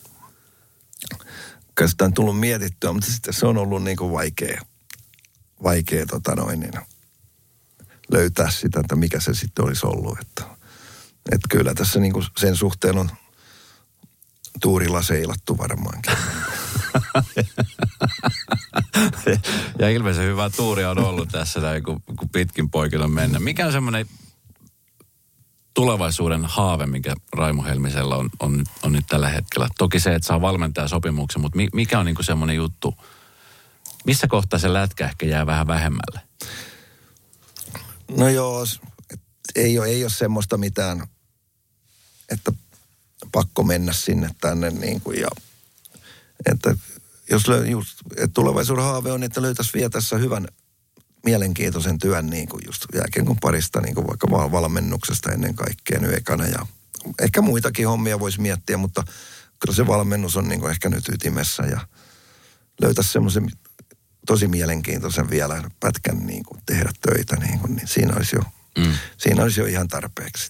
Kyllä sitä on tullut mietittyä, mutta sitten se on ollut niin kuin vaikea, vaikea tota noin, niin löytää sitä, että mikä se sitten olisi ollut. Että, että kyllä tässä niin kuin sen suhteen on tuurilla seilattu varmaankin. Ja ilmeisen hyvä tuuri on ollut tässä näin, kun, kun pitkin poikin on mennä. Mikä on semmoinen tulevaisuuden haave, mikä Raimo Helmisellä on, on, on nyt tällä hetkellä? Toki se, että saa valmentaa sopimuksen, mutta mikä on niinku semmoinen juttu, missä kohtaa se lätkä ehkä jää vähän vähemmälle? No joo, ei ole, ei ole semmoista mitään, että pakko mennä sinne tänne niin kuin ja että jos löy, just, että tulevaisuuden haave on, että löytäisi vielä tässä hyvän mielenkiintoisen työn niin kuin just jääkiekon parista, niin kuin vaikka valmennuksesta ennen kaikkea nyt ekana ja ehkä muitakin hommia voisi miettiä, mutta kyllä se valmennus on niin kuin ehkä nyt ytimessä ja löytäisi semmoisen tosi mielenkiintoisen vielä pätkän niin kuin tehdä töitä, niin, kuin, niin siinä olisi jo, mm. siinä olisi jo ihan tarpeeksi.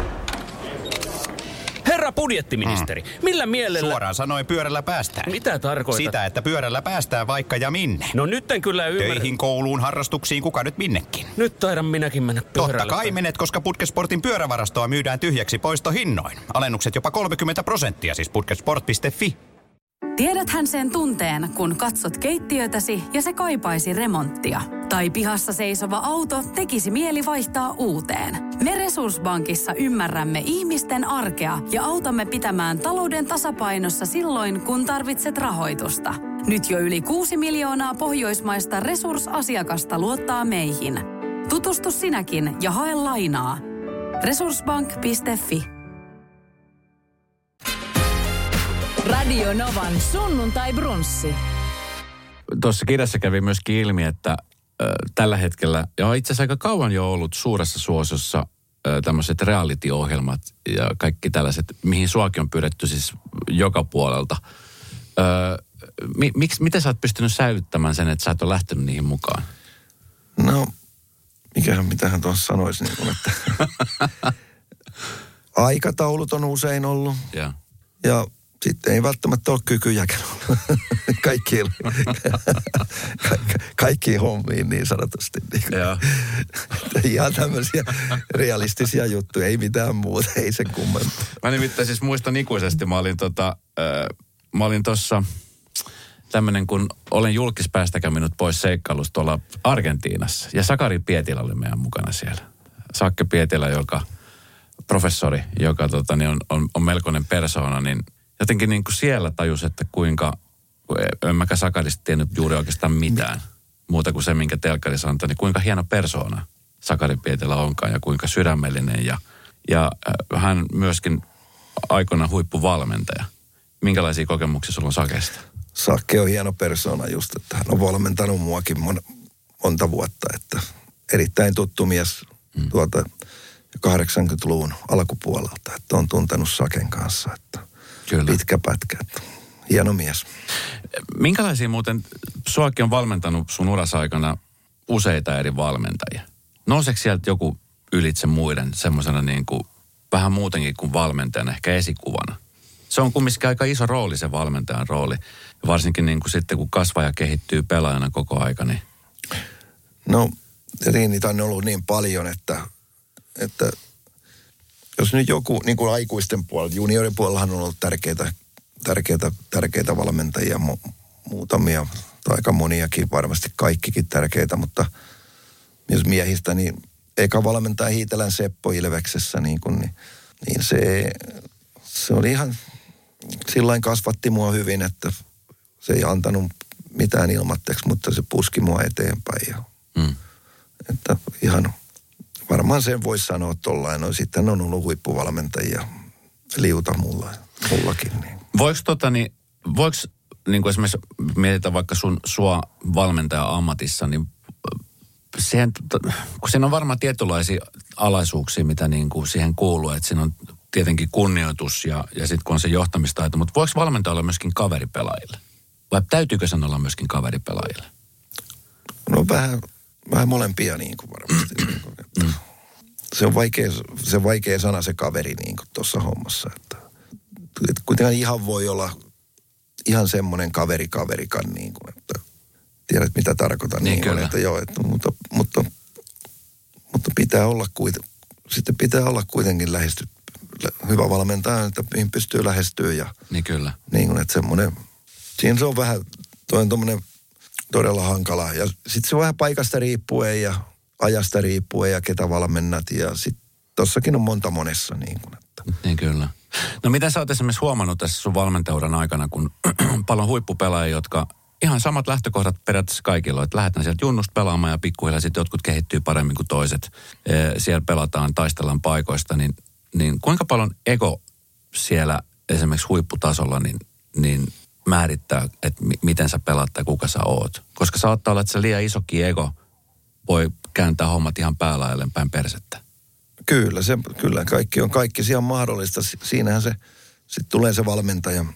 Herra budjettiministeri, mm. millä mielellä... Suoraan sanoen pyörällä päästään. Mitä tarkoitat? Sitä, että pyörällä päästään vaikka ja minne. No nyt en kyllä ymmärrä... Töihin, kouluun, harrastuksiin, kuka nyt minnekin. Nyt taidan minäkin mennä pyörällä. Totta kai menet, koska Putkesportin pyörävarastoa myydään tyhjäksi poistohinnoin. Alennukset jopa kolmekymmentä prosenttia, siis putkesport piste fi. Tiedäthän sen tunteen, kun katsot keittiötäsi ja se kaipaisi remonttia. Tai pihassa seisova auto tekisi mieli vaihtaa uuteen. Me Resurssbankissa ymmärrämme ihmisten arkea ja autamme pitämään talouden tasapainossa silloin, kun tarvitset rahoitusta. Nyt jo yli kuusi miljoonaa pohjoismaista Resurss-asiakasta luottaa meihin. Tutustu sinäkin ja hae lainaa. resurssbank piste fi. Radio Novan sunnuntai brunssi. Tuossa kirjassa kävi myöskin ilmi, että äh, tällä hetkellä, ja itse asiassa aika kauan jo ollut suuressa suosiossa äh, tämmöiset reality-ohjelmat ja kaikki tällaiset, mihin suakin on pyydetty siis joka puolelta. Äh, mi, miksi, miten sä oot pystynyt säilyttämään sen, että sä et ole lähtenyt niihin mukaan? No, mikähän, mitähän tuossa sanoisi, niin kuin, että aikataulut on usein ollut. Ja, ja sitten ei välttämättä ole kykyjäkään ollut kaikkiin, ka, kaikkiin hommiin niin sanotusti. Niin ihan tämmöisiä realistisia juttuja, ei mitään muuta, ei sen kummempaa. Mä nimittäin siis muistan ikuisesti, mä olin tota, äh, mä olin tossa tämmönen, kun olen julkispäästäkään minut pois seikkailusta tuolla Argentiinassa. Ja Sakari Pietilä oli meidän mukana siellä. Sakke Pietilä, joka professori, joka tota, niin on, on, on melkoinen persoona, niin jotenkin niin kuin siellä tajus, että kuinka, en mäkään Sakarista tiennyt juuri oikeastaan mitään. Muuta kuin se, minkä telkkarissa antaa, niin kuinka hieno persoona Sakari Pietilä onkaan ja kuinka sydämellinen. Ja, ja hän myöskin aikoinaan huippuvalmentaja. Minkälaisia kokemuksia sulla on Sakesta? Sakke on hieno persoona just, että hän on valmentanut muakin mon- monta vuotta, että erittäin tuttu mies mm. tuolta kahdeksankymmentäluvun alkupuolelta, että on tuntenut Saken kanssa, että Kyllä. pitkä pätkä, että hieno mies. Minkälaisia muuten, suakin on valmentanut sun urasaikana useita eri valmentajia. Nouseeko sieltä joku ylitse muiden semmoisena niin kuin vähän muutenkin kuin valmentajana, ehkä esikuvana? Se on kumminkin aika iso rooli, se valmentajan rooli. Ja varsinkin niin kuin sitten, kun kasvaja kehittyy pelaajana koko aika, niin... No, niitä on ollut niin paljon, että, että jos nyt joku, niin kuin aikuisten puolella, juniorin puolellahan on ollut tärkeitä, tärkeitä, tärkeitä valmentajia, mu- muutamia, tai aika moniakin, varmasti kaikkikin tärkeitä, mutta jos miehistä, niin eka valmentaja Hiitelän Seppo Ilveksessä, niin, kuin, niin, niin se, se oli ihan... Sillain kasvatti mua hyvin, että se ei antanut mitään ilmatteeksi, mutta se puski mua eteenpäin. Ja, mm. Että ihan varmaan sen voisi sanoa tollain. No, sitten on ollut huippuvalmentajia liuta mulla, mullakin. Niin. Voiko tota niin, voiko niin kuin esimerkiksi mietitään vaikka sun, sua valmentaja-ammatissa, niin siihen, kun siinä on varmaan tietynlaisia alaisuuksia, mitä niin kuin siihen kuuluu, että siinä on tietenkin kunnioitus ja, ja sitten kun on se johtamistaito, mutta voiko valmentaja olla myöskin kaveripelaajille? Vai täytyykö sen olla myöskin kaveripelaajille? No vähän, vähän molempia niin kuin varmasti. niin kuin, että mm. se, on vaikea, se on vaikea sana se kaveri niin kuin tuossa hommassa. Että, että kuitenkaan ihan voi olla ihan semmoinen kaveri-kaverikan niin kuin, että tiedät mitä tarkoitan. Niin, niin kuin, että joo, että, mutta, mutta, mutta pitää olla kuitenkin, sitten pitää olla kuitenkin lähesty, hyvä valmentaja, että mihin pystyy lähestyä ja niin kyllä. Niin kuin, että semmoinen, siinä se on vähän, toi on tommoinen todella hankala. Ja sitten se on vähän paikasta riippuen ja ajasta riippuen ja ketä valmennat ja sitten tossakin on monta monessa niin kuin, että. Niin kyllä. No mitä sä oot esimerkiksi huomannut tässä sun valmentajuuden aikana, kun paljon huippupelaajia, jotka ihan samat lähtökohdat periaatteessa kaikilla, että lähdetään sieltä junnusta pelaamaan ja pikkuhiljaa sitten jotkut kehittyy paremmin kuin toiset. Siellä pelataan, taistellaan paikoista, niin, niin kuinka paljon ego siellä esimerkiksi huipputasolla niin, niin määrittää, että m- miten sä pelaat tai kuka sä oot? Koska saattaa olla, että se liian isokin ego voi kääntää hommat ihan päälailleen päin persettä. Kyllä, se, kyllä kaikki on kaikki siellä on mahdollista. Siinähän se sitten tulee se valmentajan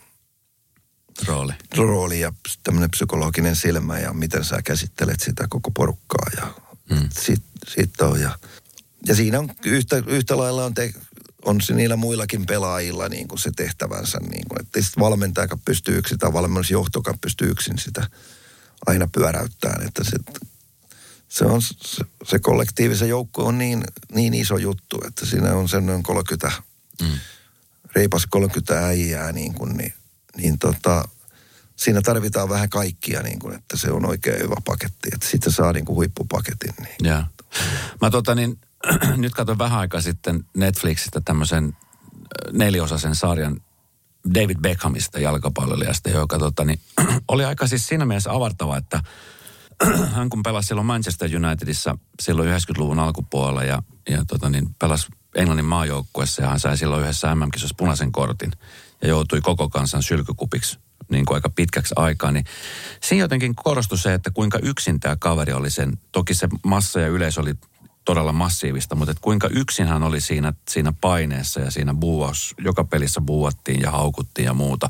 rooli. rooli ja tämmöinen psykologinen silmä ja miten sä käsittelet sitä koko porukkaa ja mm. sit, sit on. Ja, ja siinä on yhtä, yhtä lailla on, te, on se niillä muillakin pelaajilla niin kuin se tehtävänsä. Niin kuin, että sitten valmentajakaan pystyy yksin tai valmennusjohtokaan pystyy yksin sitä aina pyöräyttämään. Että se, se, on, se, se kollektiivisen joukko on niin, niin iso juttu, että siinä on sen noin kolmekymmentä, mm. reipas kolmekymmentä äijää niin kuin niin. Niin tota, siinä tarvitaan vähän kaikkia, niin kuin, että se on oikein hyvä paketti. Että sitten saa niin kuin huippupaketin. Niin. Joo. Mä tota niin, nyt katsoin vähän aikaa sitten Netflixistä tämmöisen neliosaisen sarjan David Beckhamista, jalkapalloilijasta, joka tota niin, oli aika siis siinä mielessä avartava, että hän kun pelasi silloin Manchester Unitedissa silloin yhdeksänkymmentäluvun alkupuolella ja, ja tota niin, pelasi Englannin maajoukkuessa ja hän sai silloin yhdessä M M-kisossa punaisen kortin ja joutui koko kansan sylkykupiksi niin kuin aika pitkäksi aikaa, niin siinä jotenkin korostui se, että kuinka yksin tämä kaveri oli sen, toki se massa ja yleisö oli todella massiivista, mutta että kuinka yksin hän oli siinä, siinä paineessa ja siinä buuaus, joka pelissä buuattiin ja haukuttiin ja muuta.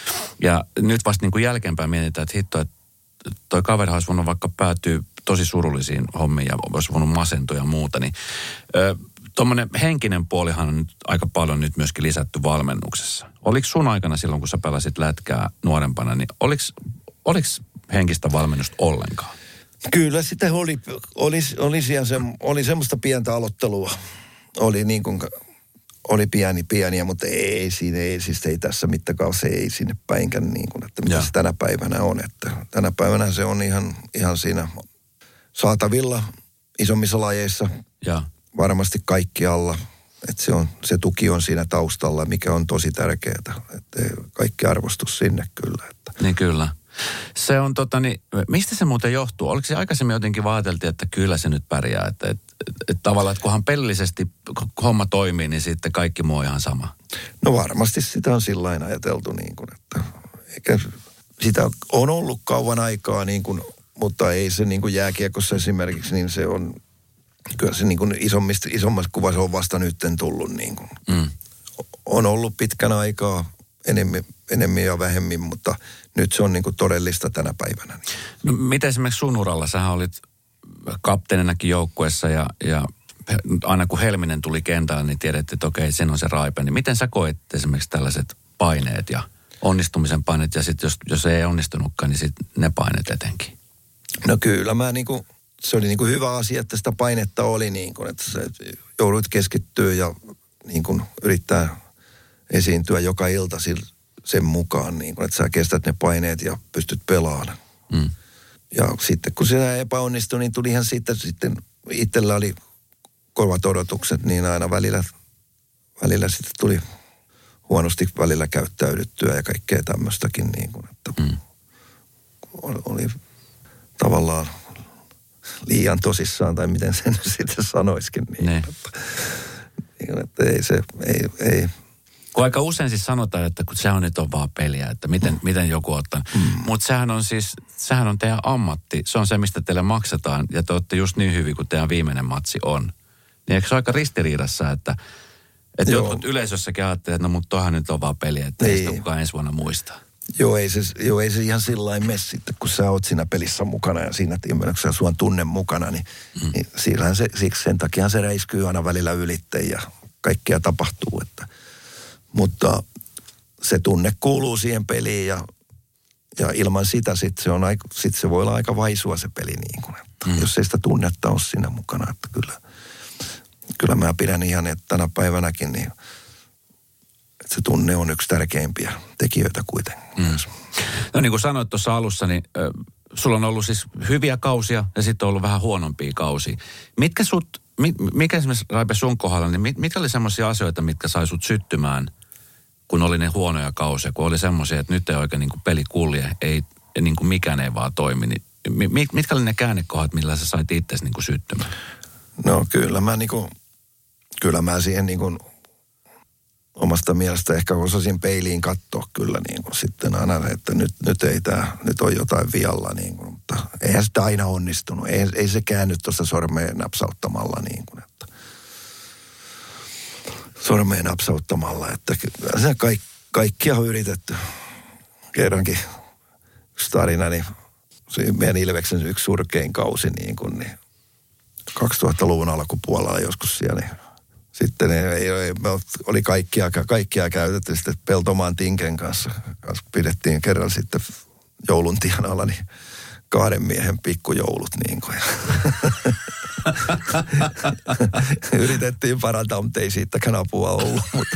Ja nyt vasta niin kuin jälkeenpäin mietitään, että hitto, että toi kaveri olisi voinut vaikka päätyä tosi surullisiin hommiin ja olisi voinut masentua ja muuta, niin ö, tuommoinen henkinen puolihan on nyt aika paljon nyt myöskin lisätty valmennuksessa. Oliko sun aikana silloin, kun sä pelasit lätkää nuorempana, niin oliko, oliko henkistä valmennusta ollenkaan? Kyllä sitä oli, oli, oli, siellä se, oli semmoista pientä aloittelua. Oli niin kuin, oli pieni pieniä, mutta ei siinä, ei siis ei tässä mittakaavassa, ei sinne päinkään niin kuin, että mitä ja. se tänä päivänä on. Että tänä päivänä se on ihan, ihan siinä saatavilla isommissa lajeissa. Ja. Varmasti kaikkialla. Että se, on, se tuki on siinä taustalla, mikä on tosi tärkeää. Että kaikki arvostus sinne kyllä. Että. Niin kyllä. Se on tota niin, mistä se muuten johtuu? Oliko se aikaisemmin jotenkin vaateltiin, että kyllä se nyt pärjää? Että, että, että, että tavallaan, että kunhan pelillisesti homma toimii, niin sitten kaikki muu on ihan sama. No varmasti sitä on sillain ajateltu niin kuin, että eikä sitä on ollut kauan aikaa niin kuin, mutta ei se niin kuin jääkiekossa esimerkiksi, niin se on, kyllä se niin kuin isommista, isommassa kuvassa on vasta nytten tullut niin kuin. Mm. On ollut pitkän aikaa enemmän, enemmän ja vähemmin, mutta nyt se on niin kuin todellista tänä päivänä. No, miten esimerkiksi sun uralla? Sähän olit kapteeninakin joukkueessa ja, ja aina kun Helminen tuli kentällä, niin tiedettiin, että okei, sen on se raipe. Niin miten sä koet esimerkiksi tällaiset paineet ja onnistumisen paineet ja sitten jos, jos ei onnistunutkaan, niin sitten ne paineet etenkin? No kyllä, mä niin kuin, se oli niin kuin hyvä asia, että sitä painetta oli niin kuin, että sä joudut keskittyä ja niin kuin yrittää esiintyä joka ilta sen mukaan, niin kun, että sä kestät ne paineet ja pystyt pelaamaan. Mm. Ja sitten kun se epäonnistui, niin tulihan siitä sitten, itsellä oli kovat odotukset, niin aina välillä, välillä sitten tuli huonosti välillä käyttäydyttyä ja kaikkea tämmöistäkin, niin kun, että mm. oli tavallaan liian tosissaan, tai miten sen sitten sanoisikin. Niin, että, niin, että ei se, ei, ei. Kun aika usein siis sanotaan, että kun se on nyt on vaan peliä, että miten, mm. miten joku ottaa. Mm. Mutta sehän on siis, sehän on teidän ammatti. Se on se, mistä teille maksetaan ja te olette just niin hyvin kuin teidän viimeinen matsi on. Niin eikö se ole aika ristiriidassa, että, että jotkut yleisössäkin ajattelee, että no mutta toihan nyt on vaan peliä, että ei sitä kukaan ensi vuonna muista. Joo, ei se, joo, ei se ihan sillain mene sitten, kun sä oot siinä pelissä mukana ja siinä tiimessä sua tunne mukana, niin, mm. niin se, siksi sen takia se räiskyy aina välillä ylitteen ja kaikkea tapahtuu, että mutta se tunne kuuluu siihen peliin ja, ja ilman sitä sitten se, on aika, sit se voi olla aika vaisua se peli niin kuin, että mm. jos ei sitä tunnetta ole siinä mukana, että kyllä, kyllä mä pidän ihan, että tänä päivänäkin niin, että se tunne on yksi tärkeimpiä tekijöitä kuitenkin. Mm. No niin kuin sanoit tuossa alussa, niin äh, sulla on ollut siis hyviä kausia ja sitten on ollut vähän huonompia kausia. Mitkä sut, mikä esimerkiksi Raipe sun kohdalla, niin mit, mitkä oli semmoisia asioita, mitkä sai sut syttymään, kun oli ne huonoja kausia, kun oli semmoisia, että nyt ei oikein niin kuin peli kulje, ei, niin kuin mikään ei vaan toimi. Niin, mitkä oli ne käännekohdat, millä sä sait itsesi niin kuin syttymään? No kyllä mä, niin kuin, kyllä mä siihen niin kuin omasta mielestä ehkä osasin peiliin katsoa kyllä niin kuin sitten aina, että nyt, nyt ei tää, nyt on jotain vialla niin kuin, mutta eihän sitä aina onnistunut. Ei, ei se käänny tuossa sormeen napsauttamalla niin kuin, että sormeen napsauttamalla, että kyllä se kaikki, kaikkia on yritetty. Kerrankin yksi tarina, niin se meidän Ilveksen yksi surkein kausi niin kuin, niin kaksituhattaluvun alkupuolella joskus siellä, niin sitten ei, ei, ei, oli kaikkia, kaikkia käytetty sitten Peltomaan Tinken kanssa. kanssa pidettiin kerran sitten joulun tienalla, niin kahden miehen pikkujoulut niin kuin. Yritettiin parantaa, mutta ei siitäkään apua ollut. Mutta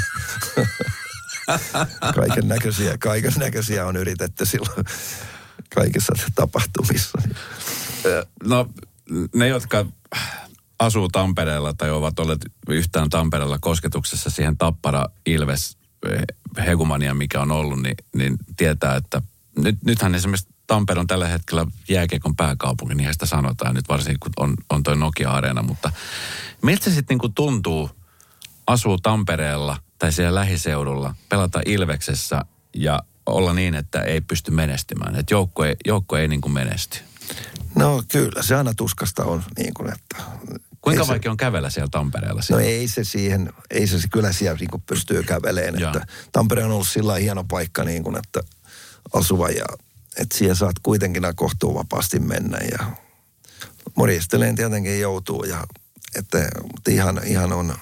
kaiken näköisiä, kaiken näköisiä on yritetty silloin kaikissa tapahtumissa. No ne, jotka asuu Tampereella tai ovat olleet yhtään Tampereella kosketuksessa siihen Tappara Ilves hegemoniaan, mikä on ollut, niin, niin tietää, että nyt, nythän esimerkiksi Tampere on tällä hetkellä jääkiekon pääkaupunki, niin sitä sanotaan nyt varsinkin, kun on, on toi Nokia-areena. Mutta miltä se sitten niin tuntuu asua Tampereella tai siellä lähiseudulla, pelata Ilveksessä ja olla niin, että ei pysty menestymään? Että joukko ei, joukko ei niin kuin menesty. No kyllä, se aina tuskasta on niin kuin, että... Kuinka se, vaikea on kävellä siellä Tampereella? Siellä? No ei se siihen, ei se kyllä siellä niin kuin pystyy käveleen. Että Tampere on ollut sillä hieno paikka niin kuin, että asuva ja että siellä saat kuitenkin kohtuu vapaasti mennä ja morjesteleen tietenkin joutuu ja että ihan, ihan on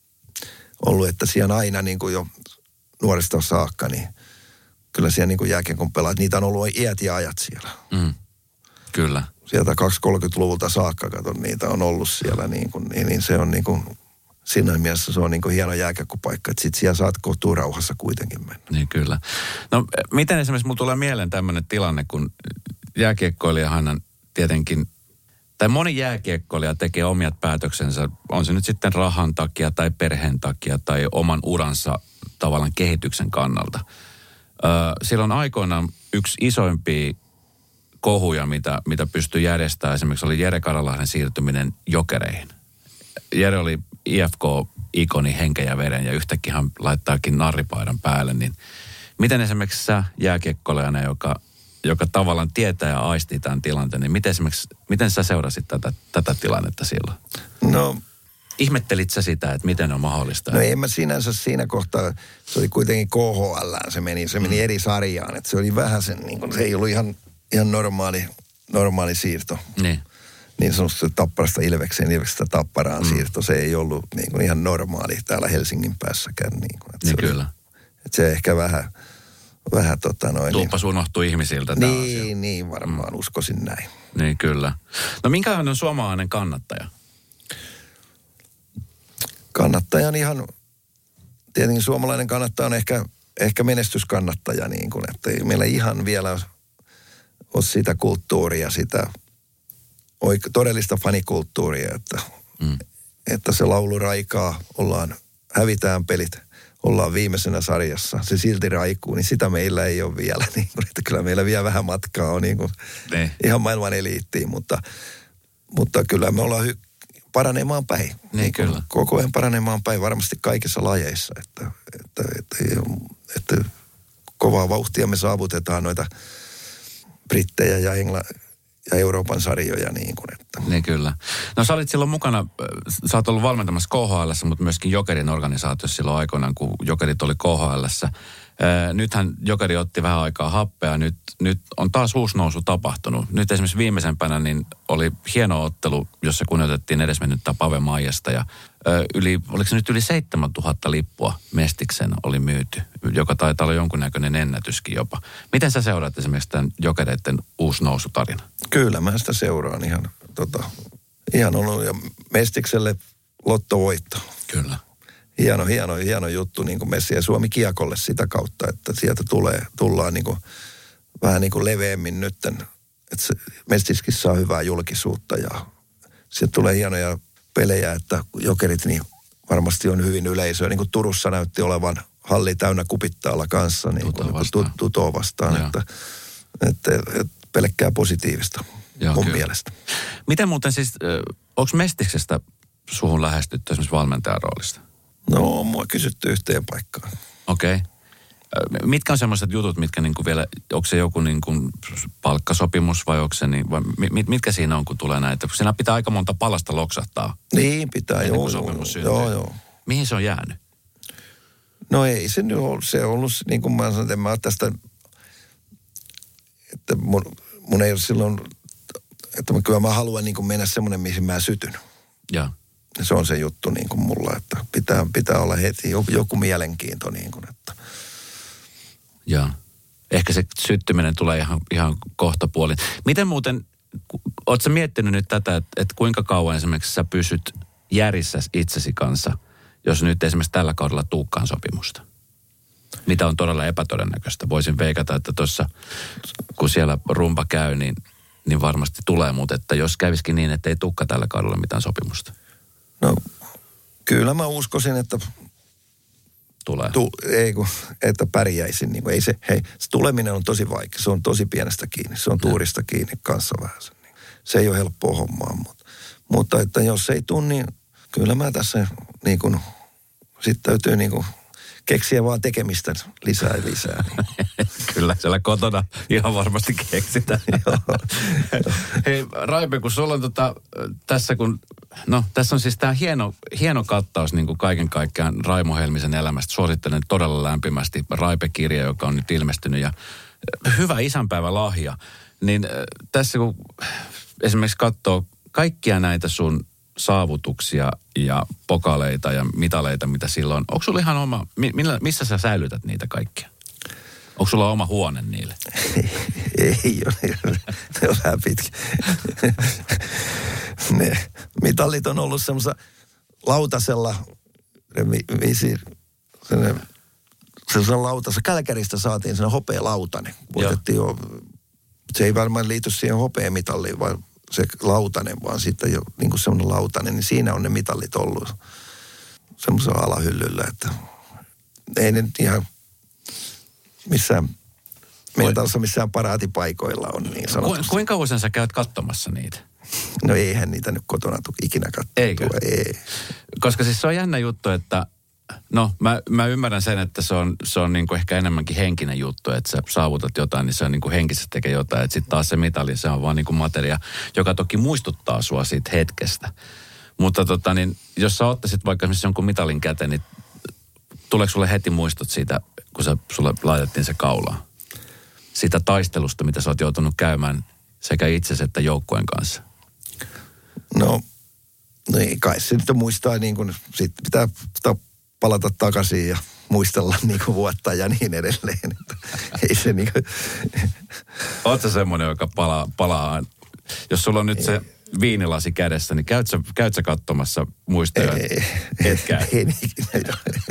ollut, että siellä aina niin kuin jo nuoresta saakka, niin kyllä siellä niin kuin jääkiekon pelaat, niitä on ollut iät ja ajat siellä. Mm, kyllä. Sieltä kaksikymmentä-kolmekymmentäluvulta saakka, kato, niitä on ollut siellä, niin, kuin, niin, niin se on niin kuin, siinä mielessä se on niin kuin hieno jääkiekkopaikka, että sit siellä saat kohtuu rauhassa kuitenkin mennä. Niin kyllä. No miten esimerkiksi mulla tulee mieleen tämmöinen tilanne, kun jääkiekkoilijahan tietenkin, tai moni jääkiekkoilija tekee omiat päätöksensä, on se nyt sitten rahan takia tai perheen takia tai oman uransa tavallaan kehityksen kannalta. Öö, silloin aikoinaan yksi isoimpia kohuja, mitä, mitä pystyi järjestämään, esimerkiksi oli Jere Karalahden siirtyminen Jokereihin. Jere oli I F K-ikoni henken ja veren ja yhtäkkiä hän laittaakin narripaidan päälle, niin miten esimerkiksi sä jääkiekkoilijana, joka, joka tavallaan tietää ja aistii tämän tilanteen, niin miten esimerkiksi, miten sä seurasit tätä, tätä tilannetta silloin? No... Ihmettelit sä sitä, että miten on mahdollista? No en mä sinänsä siinä kohtaa, se oli kuitenkin K H L, se meni, se meni mm. eri sarjaan, että se oli vähän sen, niin kuin, se ei ollut ihan, ihan normaali, normaali siirto. Niin. Niin sanotusti Tapparasta Ilvekseen, Ilveksestä Tapparaan mm. siirto, se ei ollut niin kuin ihan normaali täällä Helsingin päässäkään. Niin, kuin, että niin se kyllä. Oli, että se ehkä vähän, vähän tota noin. Tuuppas unohtui ihmisiltä. Niin, niin varmaan mm. uskoisin näin. Niin kyllä. No minkälainen on suomalainen kannattaja? Kannattajan ihan, tietenkin suomalainen kannattaja on ehkä, ehkä menestyskannattaja, niin kuin, että ei meillä ihan vielä ole sitä kulttuuria, sitä oik- todellista fanikulttuuria, että, mm. että se laulu raikaa, ollaan, hävitään pelit, ollaan viimeisenä sarjassa, se silti raikuu, niin sitä meillä ei ole vielä, niin kuin, että kyllä meillä vielä vähän matkaa on niin kuin, ihan maailman eliittiin, mutta, mutta kyllä me ollaan hy- paranemaan päin. Niin kyllä. Koko ajan paranemaan päin varmasti kaikissa lajeissa, että, että, että, että kovaa vauhtia me saavutetaan noita brittejä ja, Engla- ja Euroopan sarjoja niin kuin, että. Niin kyllä. No sä olit silloin mukana, sä oot ollut valmentamassa K H L:ssä, mutta myöskin Jokerin organisaatiossa silloin aikoinaan, kun Jokerit oli K H L:ssä. Nythän Jokeri otti vähän aikaa happea, nyt, nyt on taas uusi nousu tapahtunut. Nyt esimerkiksi viimeisempänä niin oli hieno ottelu, jossa kunnioitettiin edesmennyttä Pave Maijasta ja ö, yli, oliko se nyt yli seitsemäntuhatta lippua Mestiksen oli myyty, joka taitaa olla jonkunnäköinen ennätyskin jopa. Miten sä seuraat esimerkiksi tämän Jokereiden uusi nousutarina? Kyllä, mä sitä seuraan ihan, tota, ihan ollut ja Mestikselle lottovoitto. Kyllä. Hieno, hieno, hieno juttu niin kuin Messi ja Suomi kiekolle sitä kautta, että sieltä tulee, tullaan niin kuin, vähän niin kuin leveämmin nytten. Että se Mestiskin saa hyvää julkisuutta ja sieltä tulee hienoja pelejä, että Jokerit niin varmasti on hyvin yleisöä. Niin kuin Turussa näytti olevan halli täynnä kupittaalla kanssa. Niin Tutoa kuin, vastaan. Tut, tutoa vastaan, että, että, että pelkkää positiivista. Joo, mun kyllä. mielestä. Miten muuten siis, onko Mestiksestä suhun lähestytty esimerkiksi valmentajan roolista? No, on mua kysytty yhteen paikkaan. Okei. Okay. Mitkä on semmoiset jutut, mitkä niinku vielä, onko se joku niinku palkkasopimus vai onko se niin, vai mit, mitkä siinä on, kun tulee näitä? Siinä pitää aika monta palasta loksahtaa. Niin, pitää, joo, sopimus joo, joo, joo. Mihin se on jäänyt? No ei se nyt ole, se on ollut, niin kuin mä sanon, että mä tästä, että mun, mun ei ole silloin, että mä, kyllä mä haluan niin kuin mennä semmoinen, mihin mä sytyn. Joo. Se on se juttu niin kuin mulla, että pitää, pitää olla heti joku, joku mielenkiinto niin kuin, että. Joo. Ehkä se syttyminen tulee ihan, ihan kohtapuolin. Miten muuten, ootko sä miettinyt nyt tätä, että, että kuinka kauan esimerkiksi sä pysyt järissä itsesi kanssa, jos nyt esimerkiksi tällä kaudella tuukkaan sopimusta? Mitä on todella epätodennäköistä. Voisin veikata, että tuossa kun siellä rumpa käy, niin, niin varmasti tulee, mutta että jos kävisikin niin, että ei tuukka tällä kaudella mitään sopimusta. No kyllä mä uskoisin, että tulee? Tu, ei kun, että pärjäisin. Niin kuin, ei se, hei, se tuleminen on tosi vaikea. Se on tosi pienestä kiinni. Se on tuurista kiinni kanssa vähän. Niin. Se ei ole helppoa hommaa. Mutta, mutta että jos ei tule, niin kyllä mä tässä niin kuin, sitten täytyy niin kuin keksiä vaan tekemistä lisää ja lisää. Niin. Kyllä, siellä kotona ihan varmasti keksitään. Hei, Raipe, kun sulla on tota, tässä kun, no tässä on siis tämä hieno, hieno kattaus niin kuin kaiken kaikkiaan Raimo Helmisen elämästä. Suosittelen todella lämpimästi Raipe-kirja, joka on nyt ilmestynyt ja hyvä isänpäivä lahja. Niin tässä kun esimerkiksi katsoo kaikkia näitä sun saavutuksia ja pokaleita ja mitaleita, mitä silloin. Onko sulla ihan oma, millä, missä sä säilytät niitä kaikkia? Onko sulla oma huone niille? Ei ole, ne on vähän pitkä. Ne mitallit on ollut semmoisella lautasella, visi, semmoisella lautasella. Kälkäristä saatiin semmoinen hopealautanen. Voitettiin jo, se ei varmaan liity siihen hopeamitalliin, vaan se lautanen, vaan sitten jo niin kuin semmoinen lautanen, niin siinä on ne mitallit ollut semmoisella alahyllyllä, että ei ne ihan missään, meidän talossa missään paraatipaikoilla on niin sanotusti. Ku, kuinka usein sä käyt katsomassa niitä? No eihän niitä nyt kotona tule ikinä katsoa. Eikö? Ei. Koska siis se on jännä juttu, että no mä, mä ymmärrän sen, että se on, se on niin kuin ehkä enemmänkin henkinen juttu, että sä saavutat jotain, niin se on niin kuin henkisesti tekee jotain. Että sitten taas se mitali, se on vaan niin kuin materia, joka toki muistuttaa sua siitä hetkestä. Mutta tota niin, jos sä ottaisit vaikka esimerkiksi jonkun mitalin käteen, niin tuleeko sulle heti muistot siitä, kun sä, sulle laitettiin se kaulaan? Siitä taistelusta, mitä sä oot joutunut käymään sekä itsesi että joukkueen kanssa? No, no ei kai se nyt muistaa niin kuin, sit pitää, pitää palata takaisin ja muistella niin kuin vuotta ja niin edelleen. Ei se niin kuin... Ootko sä semmoinen, joka palaa, palaa, jos sulla on nyt ei. Se viinilasi kädessä, niin käyt sä, käyt sä katsomassa muistoja? Ei, etkään? Ei, ei,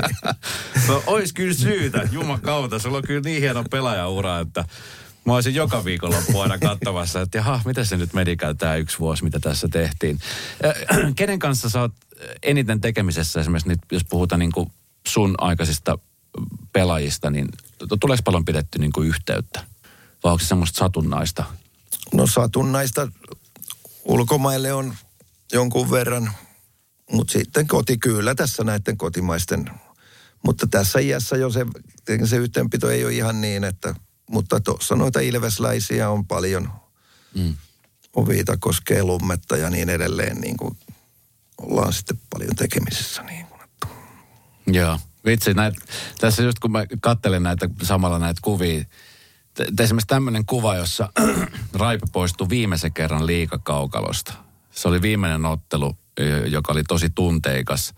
no ois kyllä syytä, jumakauta, sulla on kyllä niin hieno pelaajaura, että mä olisin joka viikonloppu aina katsomassa, että jaha, mitä se nyt medikään tämä yksi vuosi, mitä tässä tehtiin. Äh, kenen kanssa sä oot eniten tekemisessä esimerkiksi, nyt, jos puhutaan niin kuin sun aikaisista pelaajista, niin tuleeko paljon pidetty niin kuin yhteyttä? Vai onko se semmoista satunnaista? No satunnaista ulkomaille on jonkun verran, mutta sitten koti kyllä tässä näiden kotimaisten. Mutta tässä iässä jo se, se yhteenpito ei ole ihan niin, että mutta tuossa noita ilvesläisiä on paljon. Mm. On Viitakoskea, Lummetta ja niin edelleen, niin kuin ollaan sitten paljon tekemisissä. Niin kuin, että. Joo, vitsi, näit, tässä just kun mä katselen näitä samalla näitä kuvia, te, esimerkiksi tämmöinen kuva, jossa Raipe poistui viimeisen kerran liigakaukalosta. Se oli viimeinen ottelu, joka oli tosi tunteikas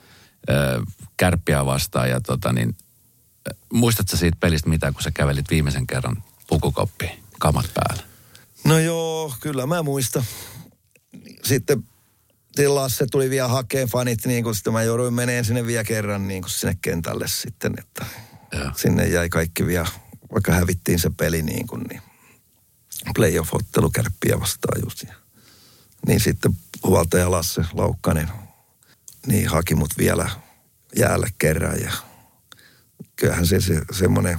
Kärppiä vastaan ja tota niin, muistatko siitä pelistä mitään, kun sä kävelit viimeisen kerran pukukoppiin, kamat päällä? No joo, kyllä mä muistan. Sitten Lasse tuli vielä hakemaan fanit, niin kuin sitten mä jouduin meneen sinne vielä kerran niin kuin sinne kentälle sitten, että ja. Sinne jäi kaikki vielä, vaikka hävittiin se peli niin kuin, niin playoff-ottelu Kärppiä vastaan just. Niin sitten huoltaja Lasse Laukkanen niin haki mut vielä jäällä kerran ja kyllähän se, se semmoinen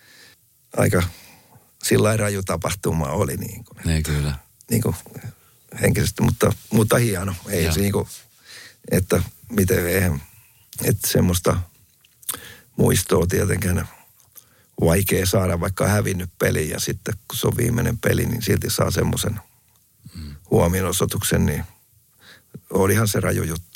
aika sillä raju tapahtuma oli niin kuin. Niin kyllä. Niin kuin henkisesti, mutta, mutta hieno. Ei ja. Se niin kuin, että miten, eihän, että semmoista muistoa tietenkään vaikea saada, vaikka hävinnyt peli ja sitten kun se on viimeinen peli, niin silti saa semmoisen mm. huomionosoituksen, niin olihan se raju juttu.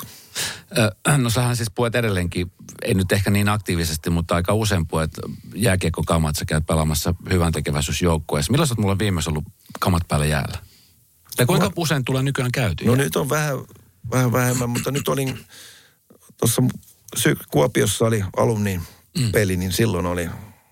No sähän siis puhuit edelleenkin, ei nyt ehkä niin aktiivisesti, mutta aika usein puhuit jääkiekkokamat, sä käyt pelaamassa hyvän tekeväisyysjoukkueessa. Milloin sä oot mulla viimeis ollut kamat päällä jäällä? Ja kuinka no, usein tulee nykyään käytyä? No nyt on vähän, vähän vähemmän, mutta nyt olin tuossa sy- Kuopiossa oli alumniin mm. peli, niin silloin oli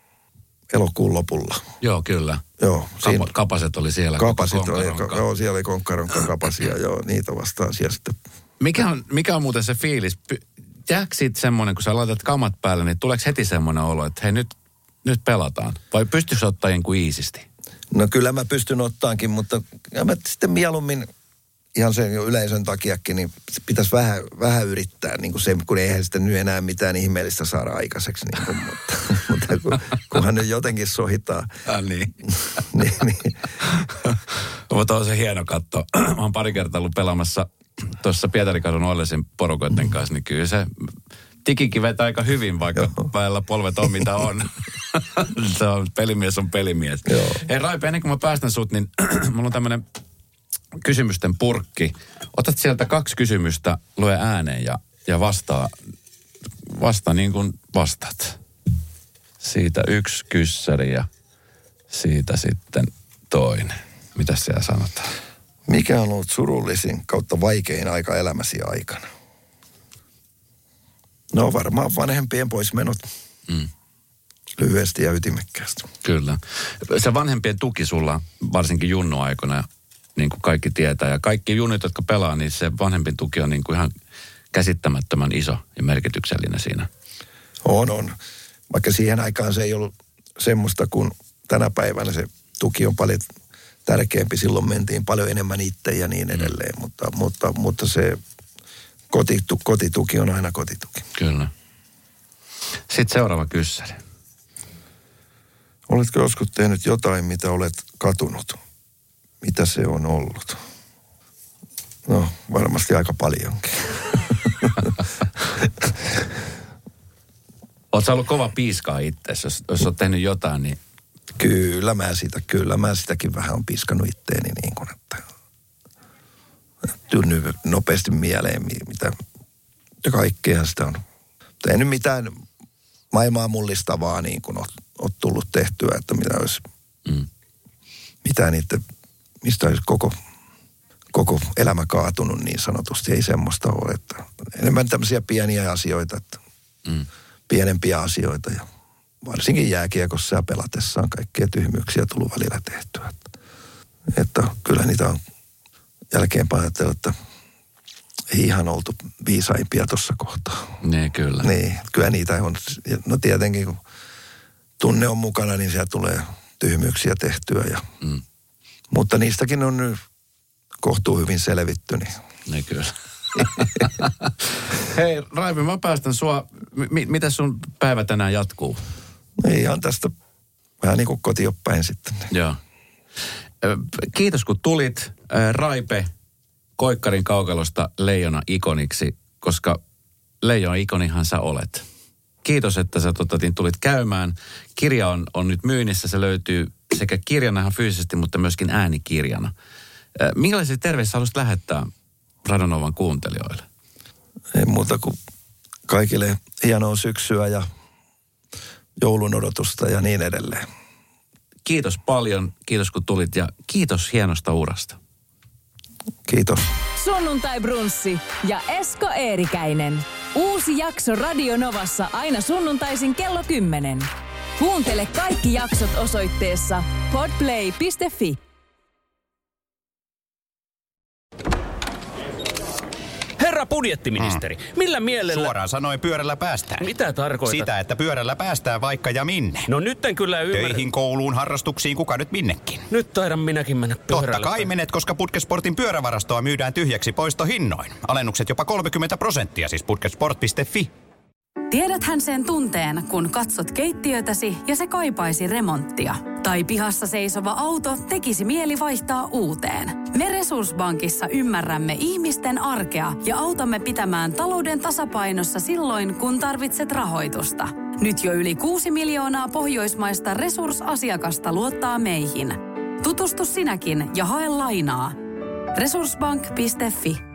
elokuun lopulla. Joo, kyllä. Joo. Kapa, kapaset oli siellä. Kapaset oli, joo, siellä oli konkkaronka kapasia, joo, niitä vastaan siellä sitten. Mikä on, mikä on muuten se fiilis? Jääkö siitä semmoinen, kun sä laitat kamat päälle, niin tuleeko heti semmoinen olo, että hei nyt, nyt pelataan? Vai pystyykö ottaa jonkun iisisti? No kyllä mä pystyn ottaankin, mutta mä sitten mieluummin ihan sen jo yleisön takiakin, niin pitäisi vähän, vähän yrittää, niin kuin se, kun eihän sitten nyt enää mitään ihmeellistä saada aikaiseksi. Niin kuin, mutta mutta kun, kunhan nyt jotenkin sohitaan. Ah, niin. niin, niin. Mutta on se hieno katto. Mä oon pari kertaa ollut pelaamassa tuossa Pietarikadun Oilesin porukoiden kanssa, niin kyllä se tikikin vetää aika hyvin, vaikka päällä polvet on mitä on. Se on, pelimies on pelimies. Joo. Hei Raipe, ennen kuin mä päästän sut, niin mulla on tämmönen kysymysten purkki. Otat sieltä kaksi kysymystä, lue ääneen ja, ja vastaa, vastaa niin kuin vastaat. Siitä yksi kyssäri ja siitä sitten toinen. Mitäs siellä sanotaan? Mikä on ollut surullisin kautta vaikein aika elämäsi aikana? No varmaan vanhempien poismenot. Mm. Lyhyesti ja ytimekkäästi. Kyllä. Se vanhempien tuki sulla, varsinkin junnuaikana, niin kuin kaikki tietää. Ja kaikki junnit, jotka pelaa, niin se vanhempien tuki on niin kuin ihan käsittämättömän iso ja merkityksellinen siinä. On, on. Vaikka siihen aikaan se ei ollut semmoista kuin tänä päivänä. Se tuki on paljon tärkeämpi. Silloin mentiin paljon enemmän itse ja niin edelleen. Mm. Mutta, mutta, mutta se kotitu, kotituki on aina kotituki. Kyllä. Sitten seuraava kyssäri. Oletko joskus tehnyt jotain, mitä olet katunut? Mitä se on ollut? No, varmasti aika paljonkin. Oletko ollut kova piiskaa itseäsi, jos, jos olet tehnyt jotain, niin... Kyllä mä sitä, kyllä mä sitäkin vähän on piskannut itteeni niin kuin, että... Tynny nopeasti mieleen, mitä... Ja kaikkea sitä on. Mutta ei nyt mitään maailmaa mullistavaa niin kuin on, on tullut tehtyä, että mitä olisi... Mm. Mitä niitä... Mistä olisi koko, koko elämä kaatunut niin sanotusti. Ei semmoista ole, että enemmän tämmöisiä pieniä asioita, että mm. pienempiä asioita. Ja varsinkin jääkiekossa ja pelatessaan kaikkia tyhmyyksiä tullut välillä tehtyä. Että, että kyllä niitä on jälkeenpäin ajatella, että ei ihan oltu viisaimpia tuossa kohtaa. Niin, kyllä. Niin, kyllä niitä on. No tietenkin, kun tunne on mukana, niin siellä tulee tyhmyyksiä tehtyä ja... Mm. Mutta niistäkin on nyt kohtuu hyvin selvitty. Niin, niin kyllä. Hei Raipe, mä päästän sua. M- miten sun päivä tänään jatkuu? Ihan tästä vähän niin kuin kotioppäin sitten. Joo. Kiitos kun tulit. Raipe Koikkarin kaukalosta Leijona ikoniksi, koska Leijona ikonihan sä olet. Kiitos, että sä totatin, tulit käymään. Kirja on, on nyt myynnissä, se löytyy sekä kirjana ihan fyysisesti, mutta myöskin äänikirjana. Minkälaisia terveisiä haluaisit lähettää Radio Novan kuuntelijoille? Ei muuta kuin kaikille hienoa syksyä ja joulun odotusta ja niin edelleen. Kiitos paljon, kiitos kun tulit ja kiitos hienosta urasta. Kiitos. Sunnuntai Brunssi ja Esko Eerikäinen. Uusi jakso Radio Novassa aina sunnuntaisin kello kymmenen. Kuuntele kaikki jaksot osoitteessa podplay piste fi. Herra budjettiministeri, hmm. millä mielellä... Suoraan sanoen pyörällä päästään. Mitä tarkoitat? Sitä, että pyörällä päästään vaikka ja minne. No nyt en kyllä ymmärrä. Töihin, kouluun, harrastuksiin, kuka nyt minnekin. Nyt taidan minäkin mennä pyörällä. Totta kai menet, koska Putkesportin pyörävarastoa myydään tyhjäksi poistohinnoin. Alennukset jopa kolmekymmentä prosenttia, siis putkesport piste fi. Tiedäthän sen tunteen, kun katsot keittiötäsi ja se kaipaisi remonttia. Tai pihassa seisova auto tekisi mieli vaihtaa uuteen. Me Resurssbankissa ymmärrämme ihmisten arkea ja autamme pitämään talouden tasapainossa silloin, kun tarvitset rahoitusta. Nyt jo yli kuusi miljoonaa pohjoismaista resursasiakasta luottaa meihin. Tutustu sinäkin ja hae lainaa. resurssbank piste fi.